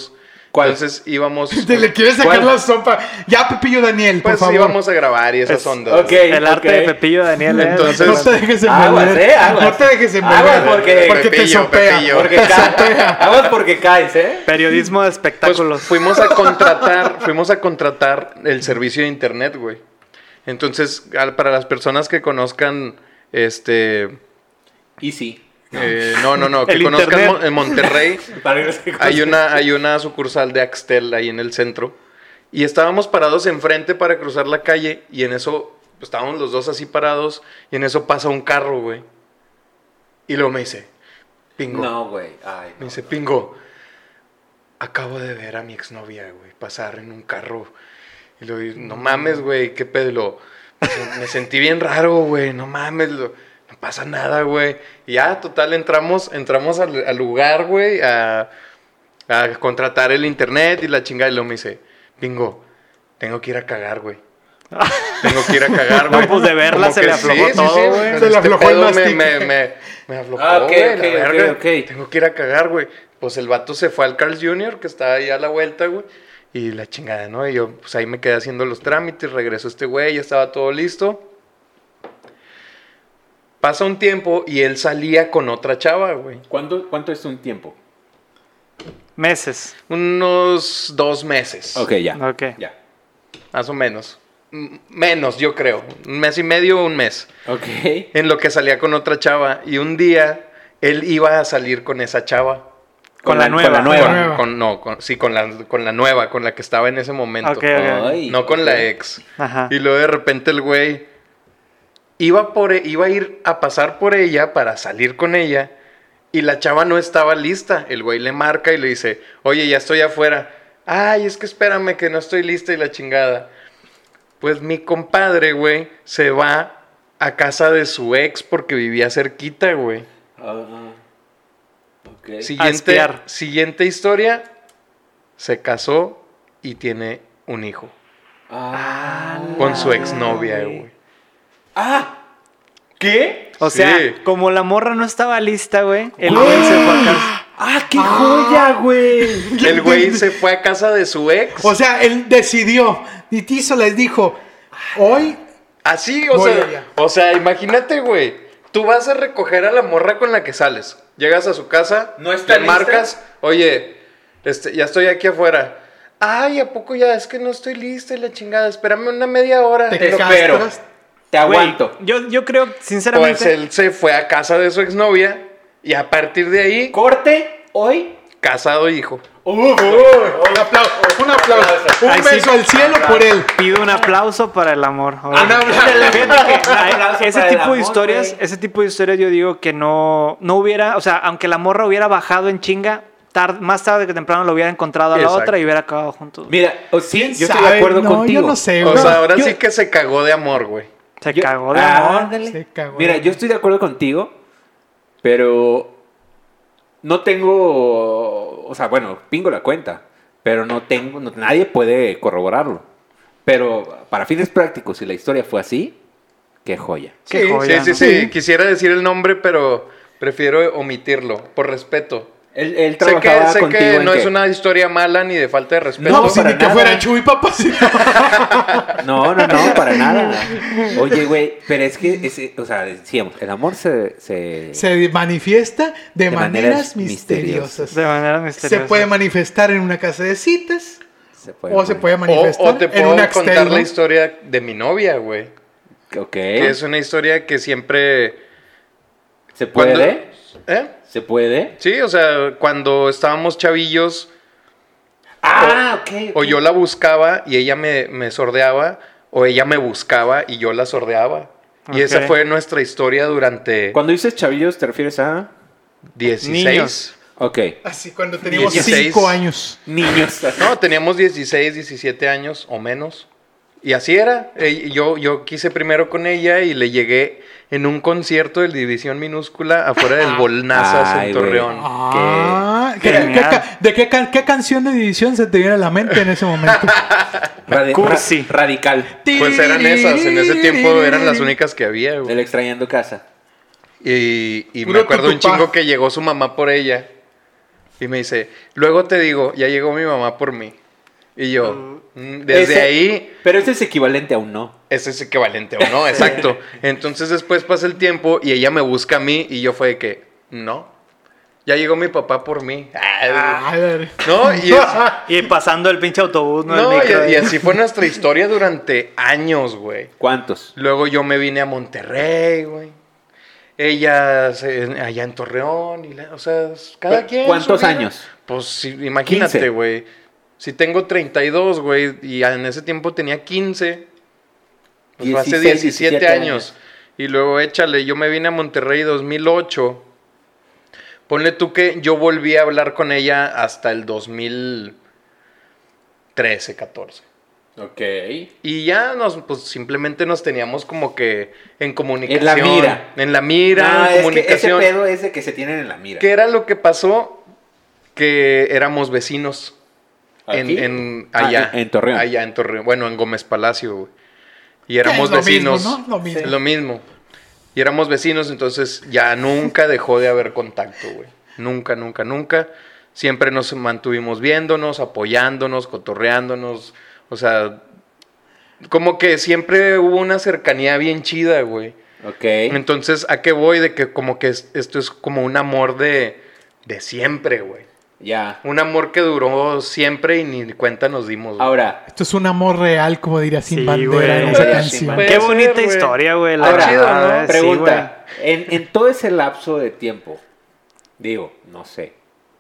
¿Cuál? Entonces íbamos... Te le quieres sacar ¿Cuál? la sopa. Ya, Pepillo Daniel, por Pues favor. íbamos a grabar y esas Es- ondas. ok. El arte ok. de Pepillo Daniel. ¿eh? Entonces- No te dejes Aguas, envolver. eh, aguas. No te dejes envolver. Aguas, porque- porque te Pepillo, sopea. Pepillo. Porque caes. Aguas porque caes, ¿eh? Periodismo de Pues espectáculos. fuimos a contratar, fuimos a contratar el servicio de internet, güey. Entonces, al- para las personas que conozcan, este... Y sí. eh, no, no, no, que El conozcan internet. Mon- en Monterrey... Para que no se Hay una, hay una sucursal de Axtel ahí en el centro. Y estábamos parados enfrente para cruzar la calle. Y en eso, pues, estábamos los dos así parados. Y en eso pasa un carro, güey. Y luego me dice, Pingo. No, güey. Ay, Me dice, Pingo, acabo de ver a mi exnovia, güey, pasar en un carro. Y luego, digo, no mames, güey, qué pedo. Y luego, me, sen- me sentí bien raro, güey, no mames, lo- no pasa nada, güey. Y ya, total, entramos, entramos al, al lugar, güey, a, a contratar el internet y la chingada. Y luego me dice, Pingo, tengo que ir a cagar, güey. Tengo que ir a cagar, No, güey. pues, de verla Como se que le aflojó todo, güey. en Se le este aflojó el pedo me, mastique. me, me, me aflojó, Ah, ok, güey, la ok, ok, verga. ok. Tengo que ir a cagar, güey. Pues el vato se fue al Carl's junior, que está ahí a la vuelta, güey. Y la chingada, ¿no? Y yo, pues ahí me quedé haciendo los trámites, regresó este güey, ya estaba todo listo. Pasa un tiempo y él salía con otra chava, güey. ¿Cuánto, ¿Cuánto es un tiempo? Meses. Unos dos meses. Ok, ya. Ok. Ya. Más o menos. M- menos, yo creo. Un mes y medio o un mes. Ok. En lo que salía con otra chava. Y un día él iba a salir con esa chava. Con la nueva. Con la nueva. nueva. Con, no, con- sí, con la, con la nueva, con la que estaba en ese momento. Ok, ok. Ay, No con ok. la ex. Ajá. Y luego de repente el güey iba, por, e- iba a ir a pasar por ella para salir con ella. Y la chava no estaba lista. El güey le marca y le dice, oye, ya estoy afuera. Ay, es que espérame que no estoy lista y la chingada. Pues mi compadre, güey, se va a casa de su ex porque vivía cerquita, güey. Ah, ok. Siguiente, espiar. siguiente historia. Se casó y tiene un hijo. Ah, Con su exnovia, güey. Ah, ¿qué? O sea, Sí. como la morra no estaba lista, güey, el Güey. güey se fue a casa. Ah, qué joya, güey. El güey se fue a casa de su ex. O sea, él decidió. Y Tizo les dijo, hoy... Así, o Voy sea, allá. o sea, imagínate, güey. Tú vas a recoger a la morra con la que sales. Llegas a su casa, ¿No está le lista? marcas, oye, este, ya estoy aquí afuera. Ay, ¿a poco ya? Es que no estoy lista y la chingada. Espérame una media hora. Te Te castras. espero. Te aguanto. Güey, yo, yo creo, sinceramente. Pues él se fue a casa de su exnovia y a partir de ahí, Corte hoy. casado e hijo. Uf, Un aplauso, un aplauso. Un Ahí sí. beso al cielo por él. Pido un aplauso para el amor. Ah, no, no, Fíjate que, un ay, aplauso ese para el tipo amor, de historias, güey. ese tipo de historias yo digo que no, no hubiera, o sea, aunque la morra hubiera bajado en chinga, tar- más tarde que temprano lo hubiera encontrado a la Exacto. otra y hubiera acabado juntos. Mira, o sí, ¿Quién yo estoy sabe? de acuerdo No, contigo. yo no sé, O güey. sea, ahora yo- sí que se cagó de amor, güey. Se Yo- cagó de Ah, amor. ándale. Se cagó. Mira, yo estoy de acuerdo contigo, pero no tengo, o sea, bueno, pingo la cuenta, pero no tengo, no- nadie puede corroborarlo. Pero para fines prácticos, si la historia fue así, qué joya. Qué Sí, joya, Sí, sí, ¿no? sí. Quisiera decir el nombre, pero prefiero omitirlo, por respeto. Él, él Sé trabajaba que, sé contigo que en no qué? es una historia mala ni de falta de respeto. No, pues para ni que nada. fuera Chuy Papacito. No, no, no, para nada. Oye, güey, pero es que, ese, o sea, decíamos, el amor se... se... Se manifiesta de, De maneras, maneras misteriosas. De manera Se misteriosa. puede manifestar en una casa de citas se puede o se puede O, manifestar o te en puedo un contar Axtel, ¿no? la historia de mi novia, güey. Ok. Que es una historia que siempre... ¿Se puede? cuando- ¿Eh? ¿Se puede? Sí, o sea, cuando estábamos chavillos, Ah, ok. o yo la buscaba y ella me, me sordeaba, o ella me buscaba y yo la sordeaba. Y esa Ok. fue nuestra historia durante Cuando dices chavillos, ¿te refieres a...? dieciséis. Niños. Ok. Así cuando teníamos dieciséis. cinco años. Niños. No, teníamos dieciséis, diecisiete años o menos. Y así era. Eh, Yo, yo quise primero con ella y le llegué en un concierto del División Minúscula afuera del Bolnazas Ay, en güey. Torreón. Ah, ¿qué- Genial. qué ca- ¿de qué, ca- qué canción de división se te viene a la mente en ese momento? Radi- Cursi. ra- radical. Pues eran esas, en ese tiempo eran las únicas que había, güey. El extrañando casa. Y, y me Puro acuerdo un tutupá. chingo que llegó su mamá por ella. Y me dice, luego te digo, ya llegó mi mamá por mí. Y yo, mm, desde Ese- ahí, Pero ese es equivalente a un no. ese es equivalente o no, exacto. Entonces después pasa el tiempo y ella me busca a mí y yo fue de que, no, ya llegó mi papá por mí. Ah, A ver. no, y, es- Y pasando el pinche autobús, ¿no? no, El micro, y, y eh. así fue nuestra historia durante años, güey. ¿Cuántos? Luego yo me vine a Monterrey, güey. Ella se- allá en Torreón, y la- o sea, cada ¿Cu- quien. cuántos su vida. años? Pues sí, imagínate, quince. güey. Si tengo treinta y dos, güey, y en ese tiempo tenía quince, pues fue hace dieciséis, diecisiete, diecisiete años. años. Y luego échale, yo me vine a Monterrey dos mil ocho. Ponle tú que yo volví a hablar con ella hasta el dos mil trece, catorce. Ok. Y ya nos, pues simplemente nos teníamos como que en comunicación. En la mira. En la mira, No, en es que ese comunicación. pedo es de que se tienen en la mira. ¿Qué era lo que pasó? Que éramos vecinos. En, ¿Aquí? en- Ah, allá. en- en Torreón. Allá en Torreón. Bueno, en Gómez Palacio, güey. Y Que éramos es lo mismo, vecinos. ¿no? Lo mismo. Es lo mismo. Y éramos vecinos, entonces ya nunca dejó de haber contacto, güey. Nunca, nunca, nunca. Siempre nos mantuvimos viéndonos, apoyándonos, cotorreándonos. O sea, como que siempre hubo una cercanía bien chida, güey. Ok. Entonces, ¿a qué voy? De que como que es- esto es como un amor de, de siempre, güey. Ya. Un amor que duró siempre y ni cuenta nos dimos, güey. Ahora, Esto es un amor real, como diría Sin Sí, Bandera güey. en esa Sí, canción. Puede Qué ser, bonita güey. historia, güey. La ahora chido, verdad, ¿no? eh, pregunta. en, en todo ese lapso de tiempo, digo, no sé,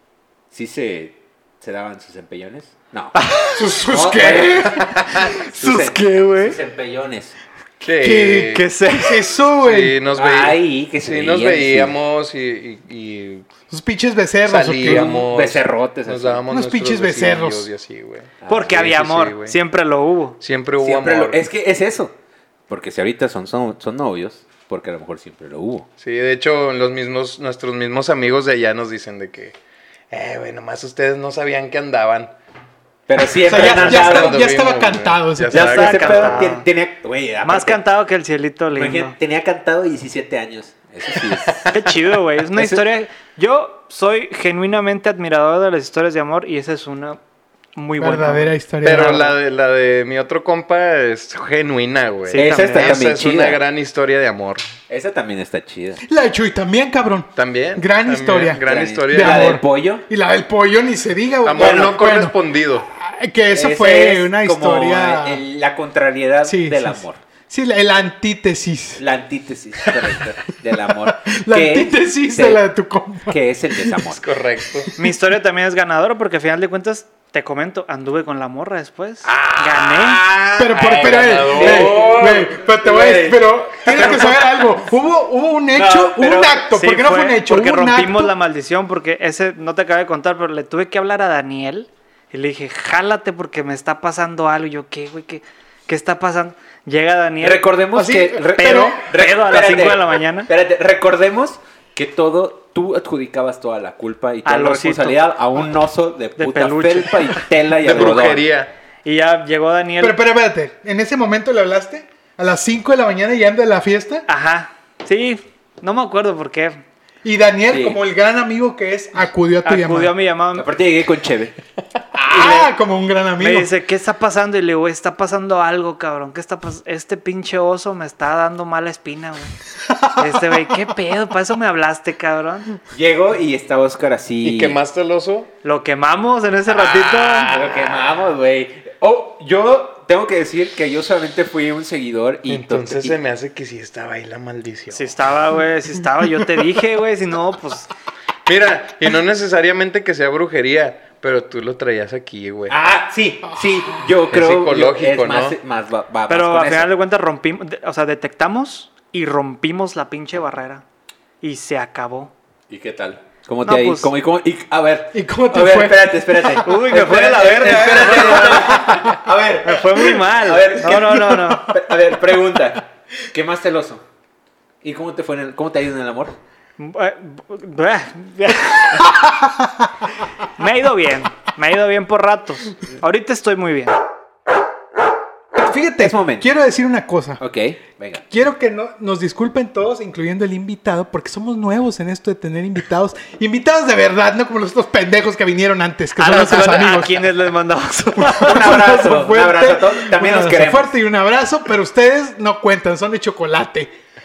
¿sí se, se daban sus empellones? No. ¿Sus, sus No, qué? bueno, ¿Sus em- qué, güey? Sus empellones. Sí. ¿Qué? ¿Qué sé? ¿Qué es eso, güey? Sí, nos veíamos. Ay, que se Sí, nos veían, sí. veíamos y, y- y Sus pinches becerros, ¿o qué? salíamos. Becerrotes Nos así. dábamos Unos nuestros pinches besillos becerros. Y así, güey. Porque Ah, había sí, sí, amor. güey. Siempre lo hubo. Siempre hubo Siempre amor. lo- es que es eso. Porque si ahorita son, son, son novios, porque a lo mejor siempre lo hubo. Sí, de hecho, los mismos, nuestros mismos amigos de allá nos dicen de que, eh, güey, nomás ustedes no sabían que andaban. Pero O siempre sea, ya, han ya andado. estaba, ya estaba Lo vimos, cantado. güey. ese Ya pedo. Ya estaba está, ese cantado. pedo ten- tenía, güey, Más aparte, cantado que el cielito lindo. imagínate, tenía cantado diecisiete años. Eso sí es. Qué chido, güey. Es una Ese- historia. Yo soy genuinamente admirador de las historias de amor y esa es una muy buena. Verdadera güey. historia. Pero de la amor. de, la de mi otro compa es genuina, güey. Sí, Esa está también. Esa también es chida. una gran historia de amor. Esa también está chida. La de Chuy también, cabrón. También. Gran también, historia. Gran Gran- historia de de La amor. del pollo. Y la del pollo ni se diga, güey. Amor Bueno, no bueno, correspondido. que eso Esa fue es una como historia. el- la contrariedad Sí, del sí, amor. Sí, la, el antítesis. La antítesis, correcto, del amor. La Que- antítesis de- de la de tu compa. Que es el desamor. Es correcto. Mi historia también es ganadora porque al final de cuentas, te comento, anduve con la morra después. Ah, Pero, por, ay, pero, eh, ganador. eh, güey, pero, te voy a decir, Güey. pero tienes que saber algo. Hubo, hubo un hecho, No, hubo pero- un acto. Sí, ¿Por qué no fue fue un hecho? Porque Hubo un rompimos acto. la maldición, porque ese no te acabo de contar, pero le tuve que hablar a Daniel y le dije, jálate porque me está pasando algo. Y yo, ¿qué, güey? ¿Qué, qué está pasando? Llega Daniel. Recordemos Así, que. re- pero- re- pero a las espérate, cinco de la mañana. Espérate, recordemos que todo. Tú adjudicabas toda la culpa y toda Al la osito. responsabilidad a un oso de De puta peluche. felpa y tela y De algodón. brujería. Y ya llegó Daniel. Pero, pero, espérate. ¿En ese momento le hablaste? ¿A las cinco de la mañana yendo de la fiesta? Ajá. Sí, no me acuerdo por qué. Y Daniel, Sí. como el gran amigo que es, acudió a tu Acudió a llamada. mi llamada. Aparte llegué con Cheve. Ah, como un gran Me amigo. dice, ¿qué está pasando? Y le digo, "Güey, está pasando algo, cabrón. ¿Qué está pasando? Este pinche oso me está dando mala espina, güey. Este, güey, ¿qué pedo? ¿Para eso me hablaste, cabrón? Llego y está Oscar así. ¿Y quemaste el oso? Lo quemamos en ese ratito. Ah, lo quemamos, güey. Oh, yo tengo que decir que yo solamente fui un seguidor y Entonces y- se me hace que sí estaba ahí la maldición. Si estaba, güey, si estaba. Yo te dije, güey. Si no, pues... Mira, y no necesariamente que sea brujería, pero tú lo traías aquí, güey. Ah, sí, sí, yo creo psicológico, es más, ¿no? más va, va Pero más con al final eso. de cuentas rompimos... de- O sea, detectamos y rompimos la pinche barrera. Y se acabó. ¿Y qué tal? ¿Cómo te No, ha ido? pues- ¿Cómo- y cómo- y- a ver. ¿Y cómo te a ver, fue? espérate, espérate. Uy, me fue de la Espérate, verga. espérate, espérate. A ver. Me fue muy mal. A ver, no, ¿qué- no, no, no. A ver, pregunta. ¿Quemaste el oso? ¿Y cómo te fue en el, cómo te ha ido en el amor? Me ha ido bien. Me ha ido bien por ratos. Ahorita estoy muy bien. Fíjate, Es momento. quiero decir una cosa. Ok. Venga. Quiero que no, nos disculpen todos, incluyendo el invitado, porque somos nuevos en esto de tener invitados. Invitados de verdad, no como los otros pendejos que vinieron antes, que A son nuestros nosotros, amigos. ¿a quiénes les mandamos? Un abrazo, un abrazo a todos. También un nos abrazo queremos. fuerte y un abrazo, pero ustedes no cuentan, son de chocolate.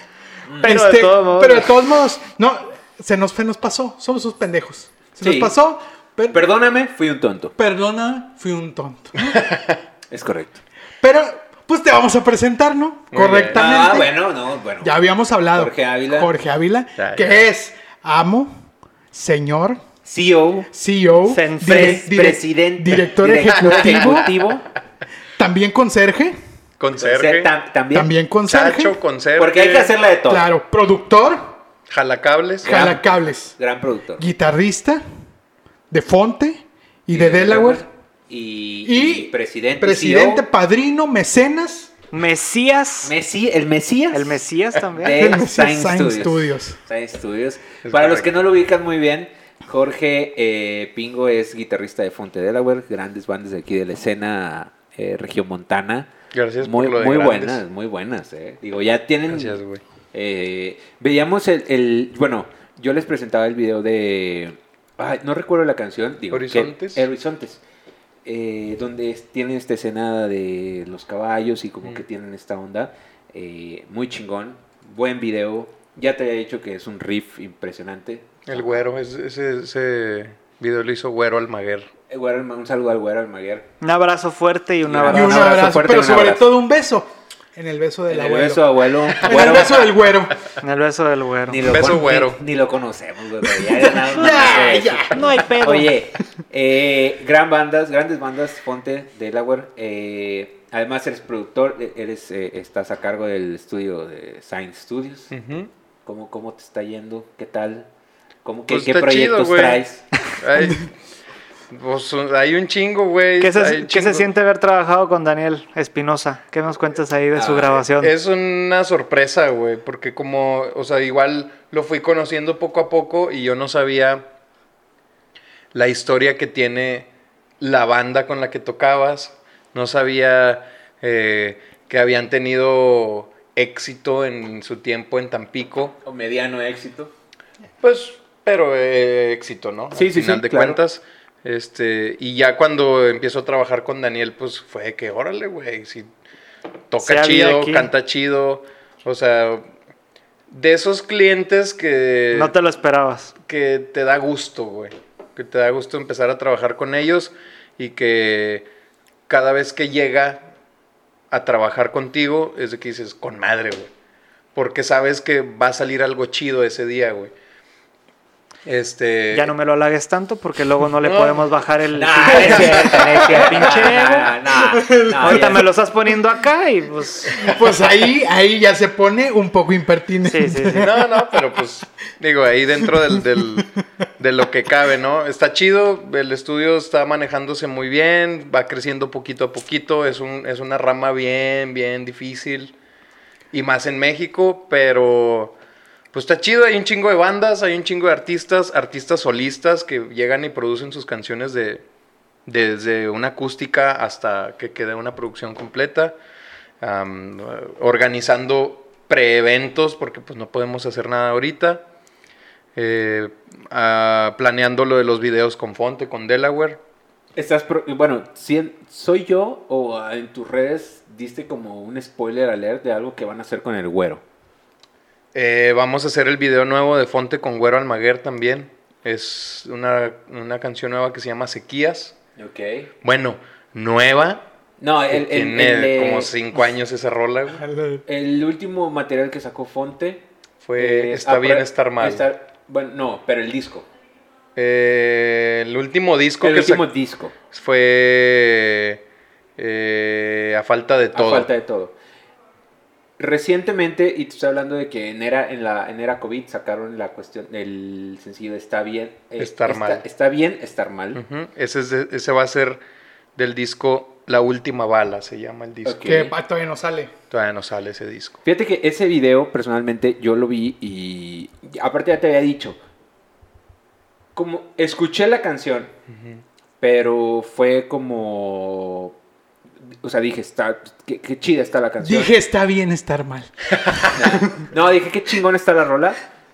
Pero de Este, todos modos. pero de todos modos, no, se nos, se nos pasó, somos sus pendejos. Se Sí. nos pasó, pero, Perdóname, fui un tonto. perdona, fui un tonto. Es correcto. Pero, pues te vamos a presentar, ¿no? Muy bien. Correctamente. Ah, bueno, no, bueno. Ya habíamos hablado. Jorge Ávila. Jorge Ávila, Ya, que ya. es amo, señor, C E O. C E O, Sensei, dire- presidente. director director ejecutivo, ejecutivo. también conserje, Conserje. Tam- también. también conserje, Chacho, conserje. Porque hay que hacerla de todo. claro, productor, Jalacables. Gran- jalacables, Gran productor. guitarrista de Fonte y de Delaware. Y, Y, y presidente. presidente, C E O. padrino, mecenas Mesías. Messi, el Mesías. El Mesías también. De del Mesías Science Science Studios. Studios. Science Studios. Es Para los correcto. que no lo ubican muy bien, Jorge eh, Pingo es guitarrista de Fonte Delaware, grandes bandas de aquí de la escena eh, regiomontana. Gracias Muy, por lo de muy grandes. buenas, muy buenas. Eh. Digo, ya tienen. Gracias, güey. eh, veíamos el, el- Bueno, yo les presentaba el video de. Ay, no recuerdo la canción. Digo, Horizontes. que- Horizontes. eh, donde es- tienen esta escena de los caballos y como Mm. que tienen esta onda. eh, muy chingón. Buen video. Ya te había dicho que es un riff impresionante. El güero, es- ese, ese video lo hizo Güero Almaguer. Eh, Güero Alma- un saludo al Güero Almaguer. Un abrazo fuerte y un Y un Y abrazo. un abrazo abrazo, fuerte, pero un sobre abrazo. todo un beso. En el beso del En el abuelo. beso, abuelo. En el Güero. beso del güero. En el beso del güero. Ni lo, Beso con- güero. Ni, ni lo conocemos, güey. Ya, ya nada más Ya, de ya. eso. No hay pedo. Oye, eh, gran bandas, grandes bandas, Fonte, Delaware. Eh, además eres productor, eh, eres, eh, estás a cargo del estudio de Science Studios. Ujú. ¿Cómo, cómo te está yendo? ¿Qué tal? ¿Cómo, qué, Pues qué está chido, proyectos güey. traes? Hay, pues, hay un chingo, güey. ¿Qué se, hay un qué se chingo. siente haber trabajado con Daniel Espinosa? ¿Qué nos cuentas ahí de su Ah, grabación? Es una sorpresa, güey, porque como, o sea, igual lo fui conociendo poco a poco y yo no sabía la historia que tiene la banda con la que tocabas, no sabía eh, que habían tenido éxito en su tiempo en Tampico, ¿O mediano éxito? pues, pero eh, éxito, ¿no? Sí, Al sí, final sí, de claro. cuentas. Este, y ya cuando empiezo a trabajar con Daniel, pues fue que, órale, güey, si toca Sí había chido, aquí. canta chido, o sea, de esos clientes que, No te lo esperabas. que te da gusto, güey, que te da gusto empezar a trabajar con ellos y que cada vez que llega a trabajar contigo es de que dices, con madre, güey, porque sabes que va a salir algo chido ese día, güey. Este... Ya no me lo halagues tanto porque luego no le No. podemos bajar el No, pinche, es cierto, no es cierto. pinche ego. No, no, no, Ahorita ya- me lo estás poniendo acá y pues... Pues ahí, ahí ya se pone un poco impertinente. Sí, sí, sí. No, no, pero pues, digo, ahí dentro del, del- de lo que cabe, ¿no? Está chido, el estudio está manejándose muy bien, va creciendo poquito a poquito, es, un, es una rama bien, bien difícil, y más en México, pero pues está chido, hay un chingo de bandas, hay un chingo de artistas, artistas solistas que llegan y producen sus canciones de, desde una acústica hasta que quede una producción completa, am, organizando pre-eventos, porque pues no podemos hacer nada ahorita, eh, ah, planeando lo de los videos con Fonte, con Delaware. Estás pro- bueno, si ¿soy yo o ah, en tus redes diste como un spoiler alert de algo que van a hacer con el güero? Eh, vamos a hacer el video nuevo de Fonte con Güero Almaguer también. Es una, una canción nueva que se llama Sequías. Ok. Bueno, nueva. No, el, el, Tiene el de- como cinco años esa rola, güey. el último material que sacó Fonte Fue eh, Está ah, bien pero- estar mal. estar- bueno, no, pero el disco. Eh, el último disco El que último sac- disco. fue eh, A Falta de Todo. A falta de todo. Recientemente, y te estoy hablando de que en era, en la en era COVID sacaron la cuestión, el sencillo Está bien. eh, Estar está, mal. Está bien, estar mal. Ujú, ese, es de- ese va a ser del disco La Última Bala, se llama el disco. Ok. Que ah, todavía no sale. Todavía no sale ese disco. Fíjate que ese video, personalmente, yo lo vi y aparte ya te había dicho, como escuché la canción, pero fue como o sea, dije, está, qué, qué chida está la canción. Dije, está bien estar mal. No, dije, qué chingón está la rola.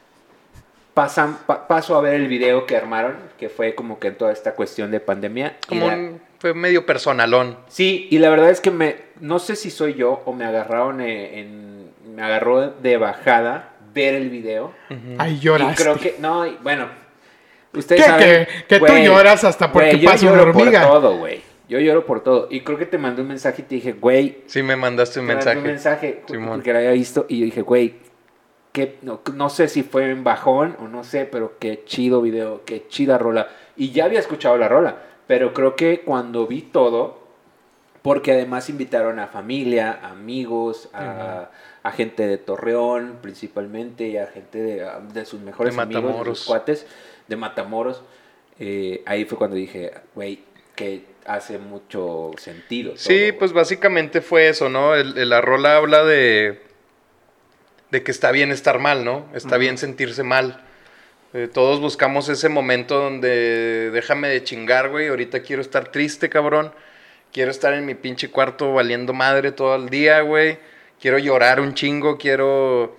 Pasan, pa, paso a ver el video que armaron, que fue como que en toda esta cuestión de pandemia. Como la... un, fue medio personalón. Sí, y la verdad es que me, no sé si soy yo o me agarraron en, en me agarró de bajada ver el video. Uh-huh. Ay, lloraste. Y creo que, no, y bueno, ustedes ¿Qué, saben. que, que tú güey, lloras hasta porque güey, yo pasa una lloro hormiga? por todo, güey. Yo lloro por todo. Y creo que te mandé un mensaje y te dije, güey. Sí, me mandaste un te mandé mensaje. un mensaje Simón. porque lo había visto y yo dije, güey, que no, no sé si fue en bajón o no sé, pero qué chido video, qué chida rola. Y ya había escuchado la rola, pero creo que cuando vi todo, porque además invitaron a familia, amigos, a, uh-huh. a gente de Torreón principalmente, y a gente de, de sus mejores de amigos, Matamoros. de sus cuates, de Matamoros. Eh, ahí fue cuando dije, güey, que hace mucho sentido. Sí, todo, pues básicamente fue eso, ¿no? El, el, la rola habla de... de que está bien estar mal, ¿no? Está uh-huh. bien sentirse mal. Eh, todos buscamos ese momento donde déjame de chingar, güey. Ahorita quiero estar triste, cabrón. Quiero estar en mi pinche cuarto valiendo madre todo el día, güey. Quiero llorar un chingo, quiero...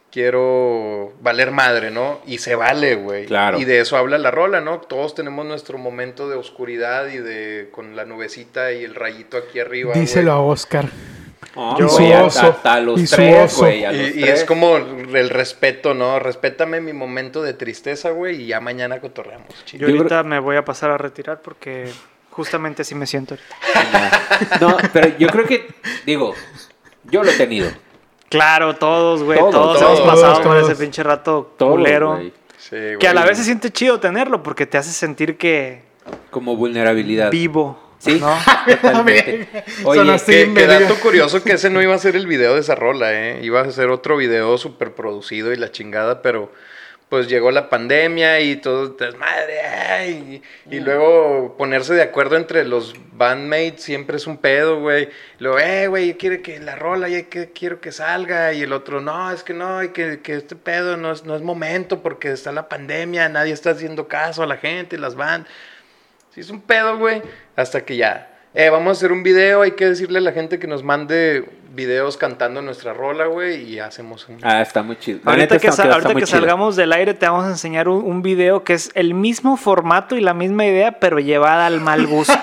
Quiero valer madre, ¿no? Y se vale, güey. Claro. Y de eso habla la rola, ¿no? Todos tenemos nuestro momento de oscuridad y de... con la nubecita y el rayito aquí arriba, díselo güey. a Oscar. Oh, y, güey, su hasta, oso, hasta los y su tres, oso. güey, a los Y, y tres. es como el respeto, ¿no? Respétame mi momento de tristeza, güey, y ya mañana cotorreamos. Yo ahorita me voy a pasar a retirar porque justamente así me siento ahorita. No, pero yo creo que, digo, yo lo he tenido. Claro, todos, güey, todos, Todos, hemos todos, pasado todos, por todos. ese pinche rato Todo, culero. güey. Sí, güey. Que a la vez se siente chido tenerlo porque te hace sentir que Como vulnerabilidad. vivo. Sí, ¿no? totalmente. Oye, Sonaste Que, bien que verga. dato curioso que ese no iba a ser el video de esa rola, ¿eh? Iba a ser otro video súper producido y la chingada, pero pues llegó la pandemia y todo desmadre. ay, Y, y luego ponerse de acuerdo entre los bandmates siempre es un pedo, güey. Luego, eh, güey, yo quiero que la rola, ya que quiero que salga. Y el otro, no, es que no, y que, que este pedo no es, no es momento porque está la pandemia, nadie está haciendo caso a la gente, las bandas. Sí, es un pedo, güey. Hasta que ya. Eh, vamos a hacer un video. Hay que decirle a la gente que nos mande videos cantando nuestra rola, güey. Y hacemos un. Ah, está muy chido. La Ahorita neta que, está- sa- está ahorita muy que chido. salgamos del aire te vamos a enseñar un, un video que es el mismo formato y la misma idea, pero llevada al mal gusto.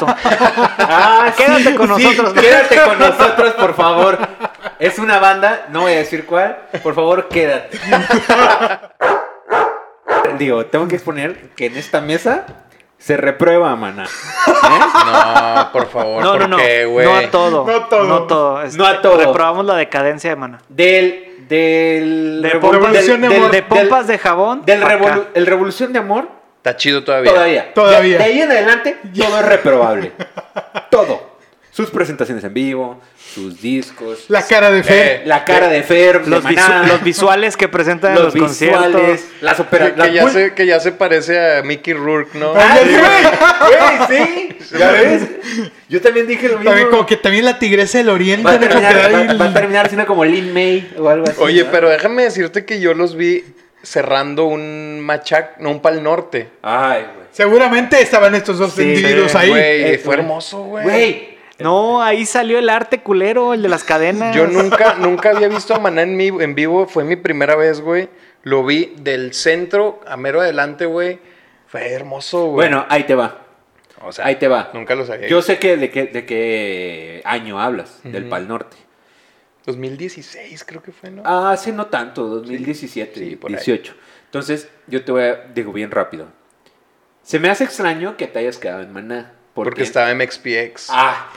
Ah, Quédate sí, con sí, nosotros. Quédate con nosotros, por favor. Es una banda, no voy a decir cuál. Por favor, quédate. Digo, tengo que exponer que en esta mesa se reprueba a Maná. ¿Eh? No, por favor. No, ¿por no, no. qué, güey? No a todo. No a todo. No a todo. Este, No a todo. Reprobamos la decadencia de Mana. Del. Del. De revo- pompas, Revolución de del- amor. de pompas de jabón. Del pa' acá. revolu- el Revolución de Amor. Está chido todavía. Todavía. Todavía. De, de ahí en adelante, todo es reprobable. Todo. Sus presentaciones en vivo, sus discos, La cara de Fer. Eh, la cara de Fer, de Los, visu- Maná, los visuales que presentan en los los conciertos. visuales, las Que, operaciones. que ya se, que ya se parece a Mickey Rourke, ¿no? ¡Ah, güey! Güey, sí. ¿Ya ves? Yo también dije lo mismo. También, como que también la tigresa del oriente. Va a ¿no? Como que terminar, ahí va, el- va a terminar siendo como Lin May o algo así. Oye, ¿no? pero déjame decirte que yo los vi cerrando un machac, no, un pal norte. Ay, güey. Seguramente estaban estos dos Sí, tendidos sí, ahí. Güey, eh, fue güey. hermoso, güey. Güey. No, ahí salió el arte culero, el de las cadenas. Yo nunca, nunca había visto a Maná en, mi- en vivo. Fue mi primera vez, güey. Lo vi del centro a mero adelante, güey. Fue hermoso, güey. Bueno, ahí te va. o sea, Ahí te va. Nunca lo sabía. Yo sé que de qué, de qué año hablas, del Pal Norte. dos mil dieciséis creo que fue, ¿no? Ah, hace no tanto, dos mil diecisiete, sí, por ahí. dieciocho. Entonces, yo te voy a, digo bien rápido. Se me hace extraño que te hayas quedado en Maná. ¿Por Porque qué? estaba M X P X. Ah.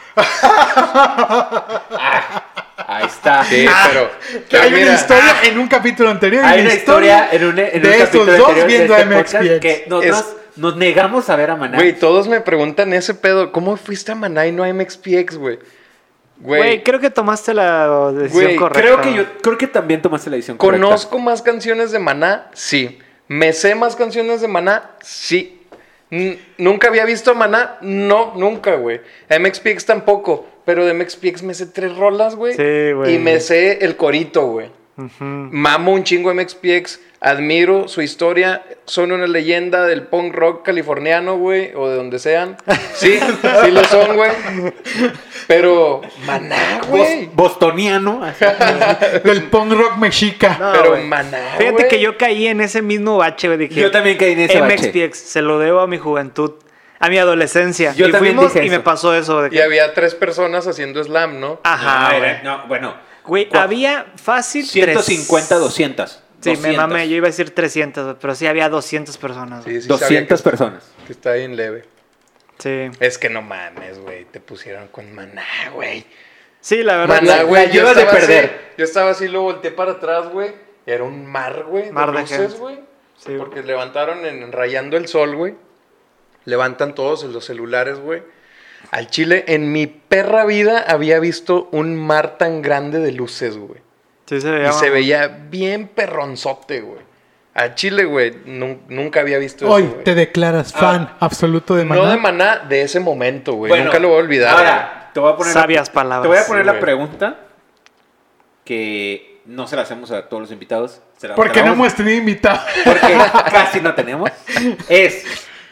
Ah, ahí está. Sí, Ah, pero, Que pero hay mira, una historia en un capítulo anterior. hay una historia en un, en un de estos capítulo dos anterior viendo de a este M X P podcast X. que nosotros Es- nos negamos a ver a Maná. güey, todos me preguntan ese pedo. ¿Cómo fuiste a Maná y no a M X P X, güey? Güey, Güey, creo que tomaste la decisión Güey, correcta. creo que yo creo que también tomaste la decisión correcta. ¿conozco más canciones de Maná? Sí. ¿Me sé más canciones de Maná? Sí. N- ¿Nunca había visto a Maná? No, nunca, güey. A M X P X tampoco. Pero de M X P X me sé tres rolas, güey. Sí, güey. Y me sé el corito, güey. Ujú. Mamo un chingo M X P X. Admiro su historia. Son una leyenda del punk rock californiano, güey. O de donde sean. Sí, sí lo son, güey. Pero, Maná, güey. Bos- bostoniano. así. Del punk rock mexica. No, Pero güey. Maná, Fíjate güey. que yo caí en ese mismo bache, güey. Dije, Yo también caí en ese M X bache. P X, se lo debo a mi juventud, a mi adolescencia. Yo y también fuimos dije y me eso. pasó eso. De Y que, había tres personas haciendo slam, ¿no? ajá, No, güey. era- no, bueno. Güey, Cua- había fácil ciento cincuenta, tres- doscientas. Sí, me doscientas. mamé, yo iba a decir trescientas, güey, pero sí había doscientas personas. güey. Sí, sí sabía doscientas que- personas. Que está bien leve. Sí. Es que no mames, güey. Te pusieron con Maná, güey. Sí, la verdad. Maná, la- güey. la Yo llevas de estaba así- perder. Yo estaba así, lo volteé para atrás, güey. Era un mar, güey. De Mar de luces, gente. güey. Sí, Porque levantaron en Rayando el Sol, güey. Levantan todos los celulares, güey. Al chile, en mi perra vida había visto un mar tan grande de luces, güey. Sí, se Y veía. se veía bien perronzote, güey. Al chile, güey, nun- nunca había visto Hoy eso, güey. te declaras fan absoluto de Maná. No de Maná, de ese momento, güey. Bueno, Nunca lo voy a olvidar. Ahora, te voy a poner Sabias la, palabras. Te voy a poner Sí, la güey. pregunta que no se la hacemos a todos los invitados. Se la- Porque te la no vamos- hemos tenido invitado. Porque casi no tenemos. Es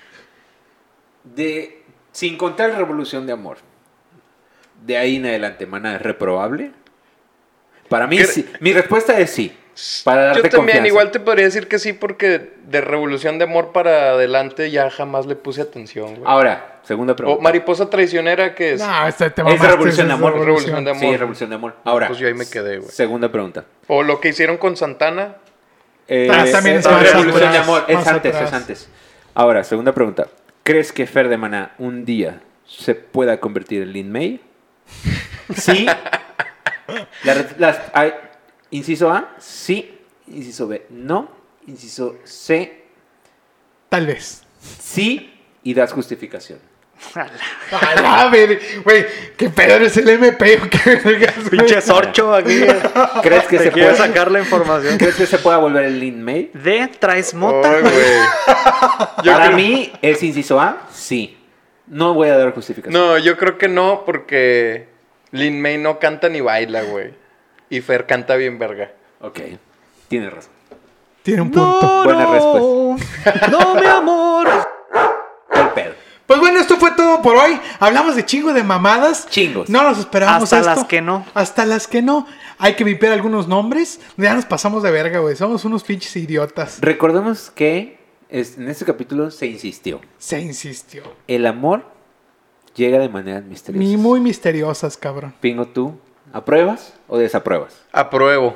de sin contar Revolución de Amor. De ahí en adelante, Maná, ¿es reprobable? Para mí ¿Qué- sí. Mi respuesta es sí. Para darte Yo también confianza. igual te podría decir que sí, porque de Revolución de Amor para adelante ya jamás le puse atención, güey. Ahora, segunda O pregunta. Mariposa Traicionera, que es? No, este te Es mamaste, Revolución ese de es Amor. Revolución de Amor. Sí, Revolución de Amor. Ahora, Pues yo ahí me quedé, güey. segunda pregunta. O lo que hicieron con Santana. Eh, Ah, también es eh, más Revolución atrás, de Amor. Es más antes, atrás. es antes. Ahora, segunda pregunta. ¿Crees que Fer de Maná un día se pueda convertir en Lin May? Sí. La re- las- hay- inciso A, sí. Inciso B, no. Inciso C, Tal vez. sí. Y das justificación. A ver, güey, ¿qué pedo eres el M P o qué vergas, güey? Pinche sorcho aquí. ¿Crees que Te se quiero pueda sacar la información. ¿Crees que se pueda volver el Lin May? De traes mota. Ay, güey. Yo Para creo- mí, es inciso A, sí. No voy a dar justificación. No, yo creo que no, porque Lin May no canta ni baila, güey. Y Fer canta bien verga. Ok, tienes razón. Tiene un punto. No, Buena no, no, mi amor. El pedo. Pues bueno, esto fue todo por hoy. Hablamos de chingo de mamadas. Chingos. No nos esperábamos Hasta esto. las que no. Hasta las que no. Hay que vipear algunos nombres. Ya nos pasamos de verga, güey. Somos unos pinches idiotas. Recordemos que es- en este capítulo se insistió. Se insistió. El amor llega de manera misteriosa. Ni muy misteriosas, cabrón. Pingo, ¿tú apruebas o desapruebas? Apruebo.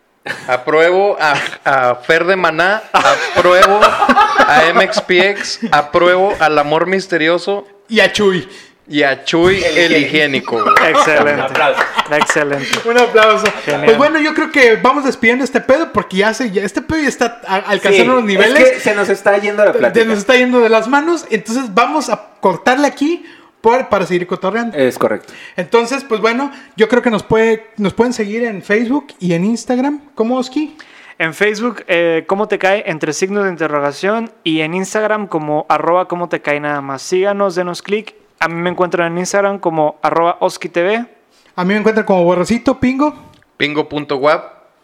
Apruebo a, a Fer de Maná. Apruebo a M X P X. Apruebo al amor misterioso. Y a Chuy. Y a Chuy el higiénico, güey. Excelente. aplauso. Excelente. Un aplauso. Genial. Pues bueno, yo creo que vamos despidiendo este pedo porque ya se, ya- este pedo ya está a- alcanzando los niveles. Es que se nos está yendo la de- plática. nos está yendo de las manos. Entonces vamos a cortarle aquí por- para seguir cotorreando. Es correcto. Entonces, pues bueno, yo creo que nos, puede, nos pueden seguir en Facebook y en Instagram. ¿Cómo, Oski? En Facebook, eh, ¿cómo te cae? Entre signos de interrogación. Y en Instagram como arroba cómo te cae nada más. Síganos, denos clic. A mí me encuentran en Instagram como arroba oskitv. A mí me encuentran como Borrosito, Pingo. Pingo.wap.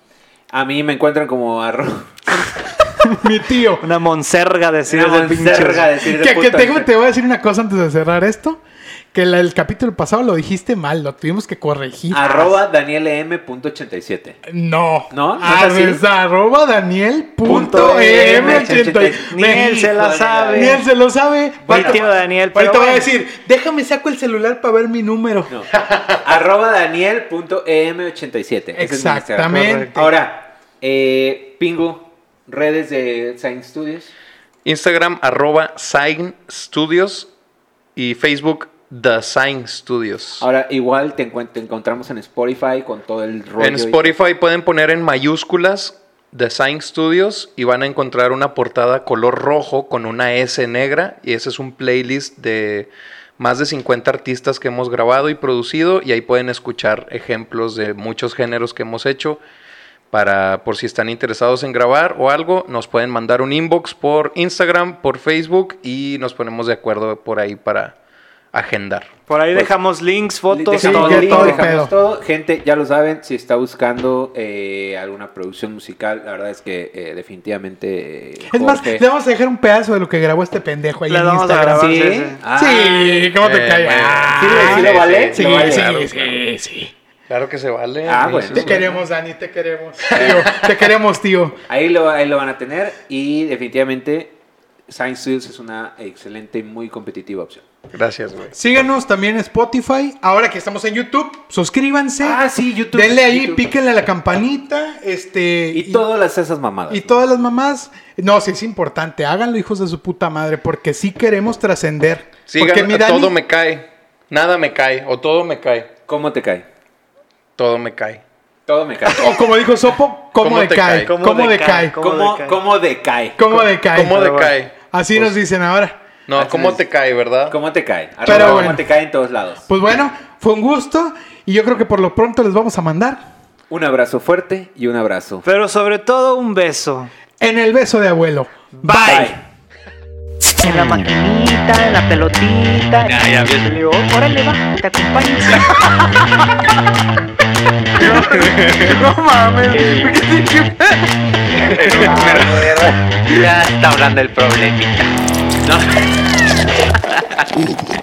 A mí me encuentran como arroz. Mi tío. Una monserga de Una monserga de decir de Que, que puta. te, te voy a decir una cosa antes de cerrar esto. Que la- el capítulo pasado lo dijiste mal, lo tuvimos que corregir. Arroba danielm.ochenta y siete. No. ¿No? ¿No Ah, es así? es arroba daniel punto Punto m ochenta y siete. Ni él se la Híjole, sabe. Ni él se lo sabe. Mi tío Daniel, pero Ahorita voy a bueno. decir, déjame saco el celular para ver mi número. No. Arroba daniel.em87. Ese es mi Instagram. Exactamente. Correcto. Ahora, eh, Pingo, redes de Science Studios. Instagram arroba Sign Studios. Y Facebook The Sign Studios. Ahora, igual te, encuent- te encontramos en Spotify con todo el rollo. En y- Spotify pueden poner en mayúsculas The Sign Studios y van a encontrar una portada color rojo con una S negra. Y ese es un playlist de más de cincuenta artistas que hemos grabado y producido. Y ahí pueden escuchar ejemplos de muchos géneros que hemos hecho. Para, por si están interesados en grabar o algo, nos pueden mandar un inbox por Instagram, por Facebook y nos ponemos de acuerdo por ahí para agendar. Por ahí Pues, dejamos links, fotos, Dejamos todo. que link, todo el dejamos pedo. todo. Gente, ya lo saben, si está buscando eh, alguna producción musical, la verdad es que eh, definitivamente eh, Es más, Jorge- le vamos a dejar un pedazo de lo que grabó este pendejo ahí Le en vamos a Instagram. grabar, ¿Sí? sí, sí. Ah, Sí, ¿cómo te Eh, cae? bueno. Ah, ¿Sí, le- sí sí, lo vale? sí, ¿Lo vale? sí, Claro, sí, claro. sí. Claro que se vale. Ah, Eso bueno. es Te queremos, Dani, te queremos. Tío, te queremos, tío. Ahí lo, ahí lo van a tener y definitivamente Science Studios es una excelente y muy competitiva opción. Gracias, güey. Síganos también en Spotify. Ahora que estamos en YouTube, suscríbanse. Ah, sí, YouTube. Denle ahí, YouTube. píquenle a la campanita. Este. Y todas las, esas mamadas. Y todas las mamás. No, sí es importante. Háganlo, hijos de su puta madre. Porque sí queremos trascender. Sigan, Porque mi Dani- todo me cae. Nada me cae. O todo me cae. ¿Cómo te cae? Todo me cae. Todo me cae. O como dijo Sopo, ¿cómo, ¿Cómo te decae? cae? ¿Cómo, ¿Cómo decae? decae? ¿Cómo, decae? ¿Cómo decae? ¿Cómo decae? ¿Cómo Pero decae? Así nos dicen ahora. No, Así ¿cómo es. te cae, verdad? ¿Cómo te cae? Pero Arroba bueno. ¿Cómo te cae en todos lados? Pues bueno, fue un gusto. Y yo creo que por lo pronto les vamos a mandar Un abrazo fuerte y un abrazo. Pero sobre todo un beso. en el beso de abuelo. Bye. Bye. En la maquinita, en la pelotita. Ya, ya, ya. Le digo, órale, va, te acompaño. no mames. Ya está hablando el problemita. ¿no?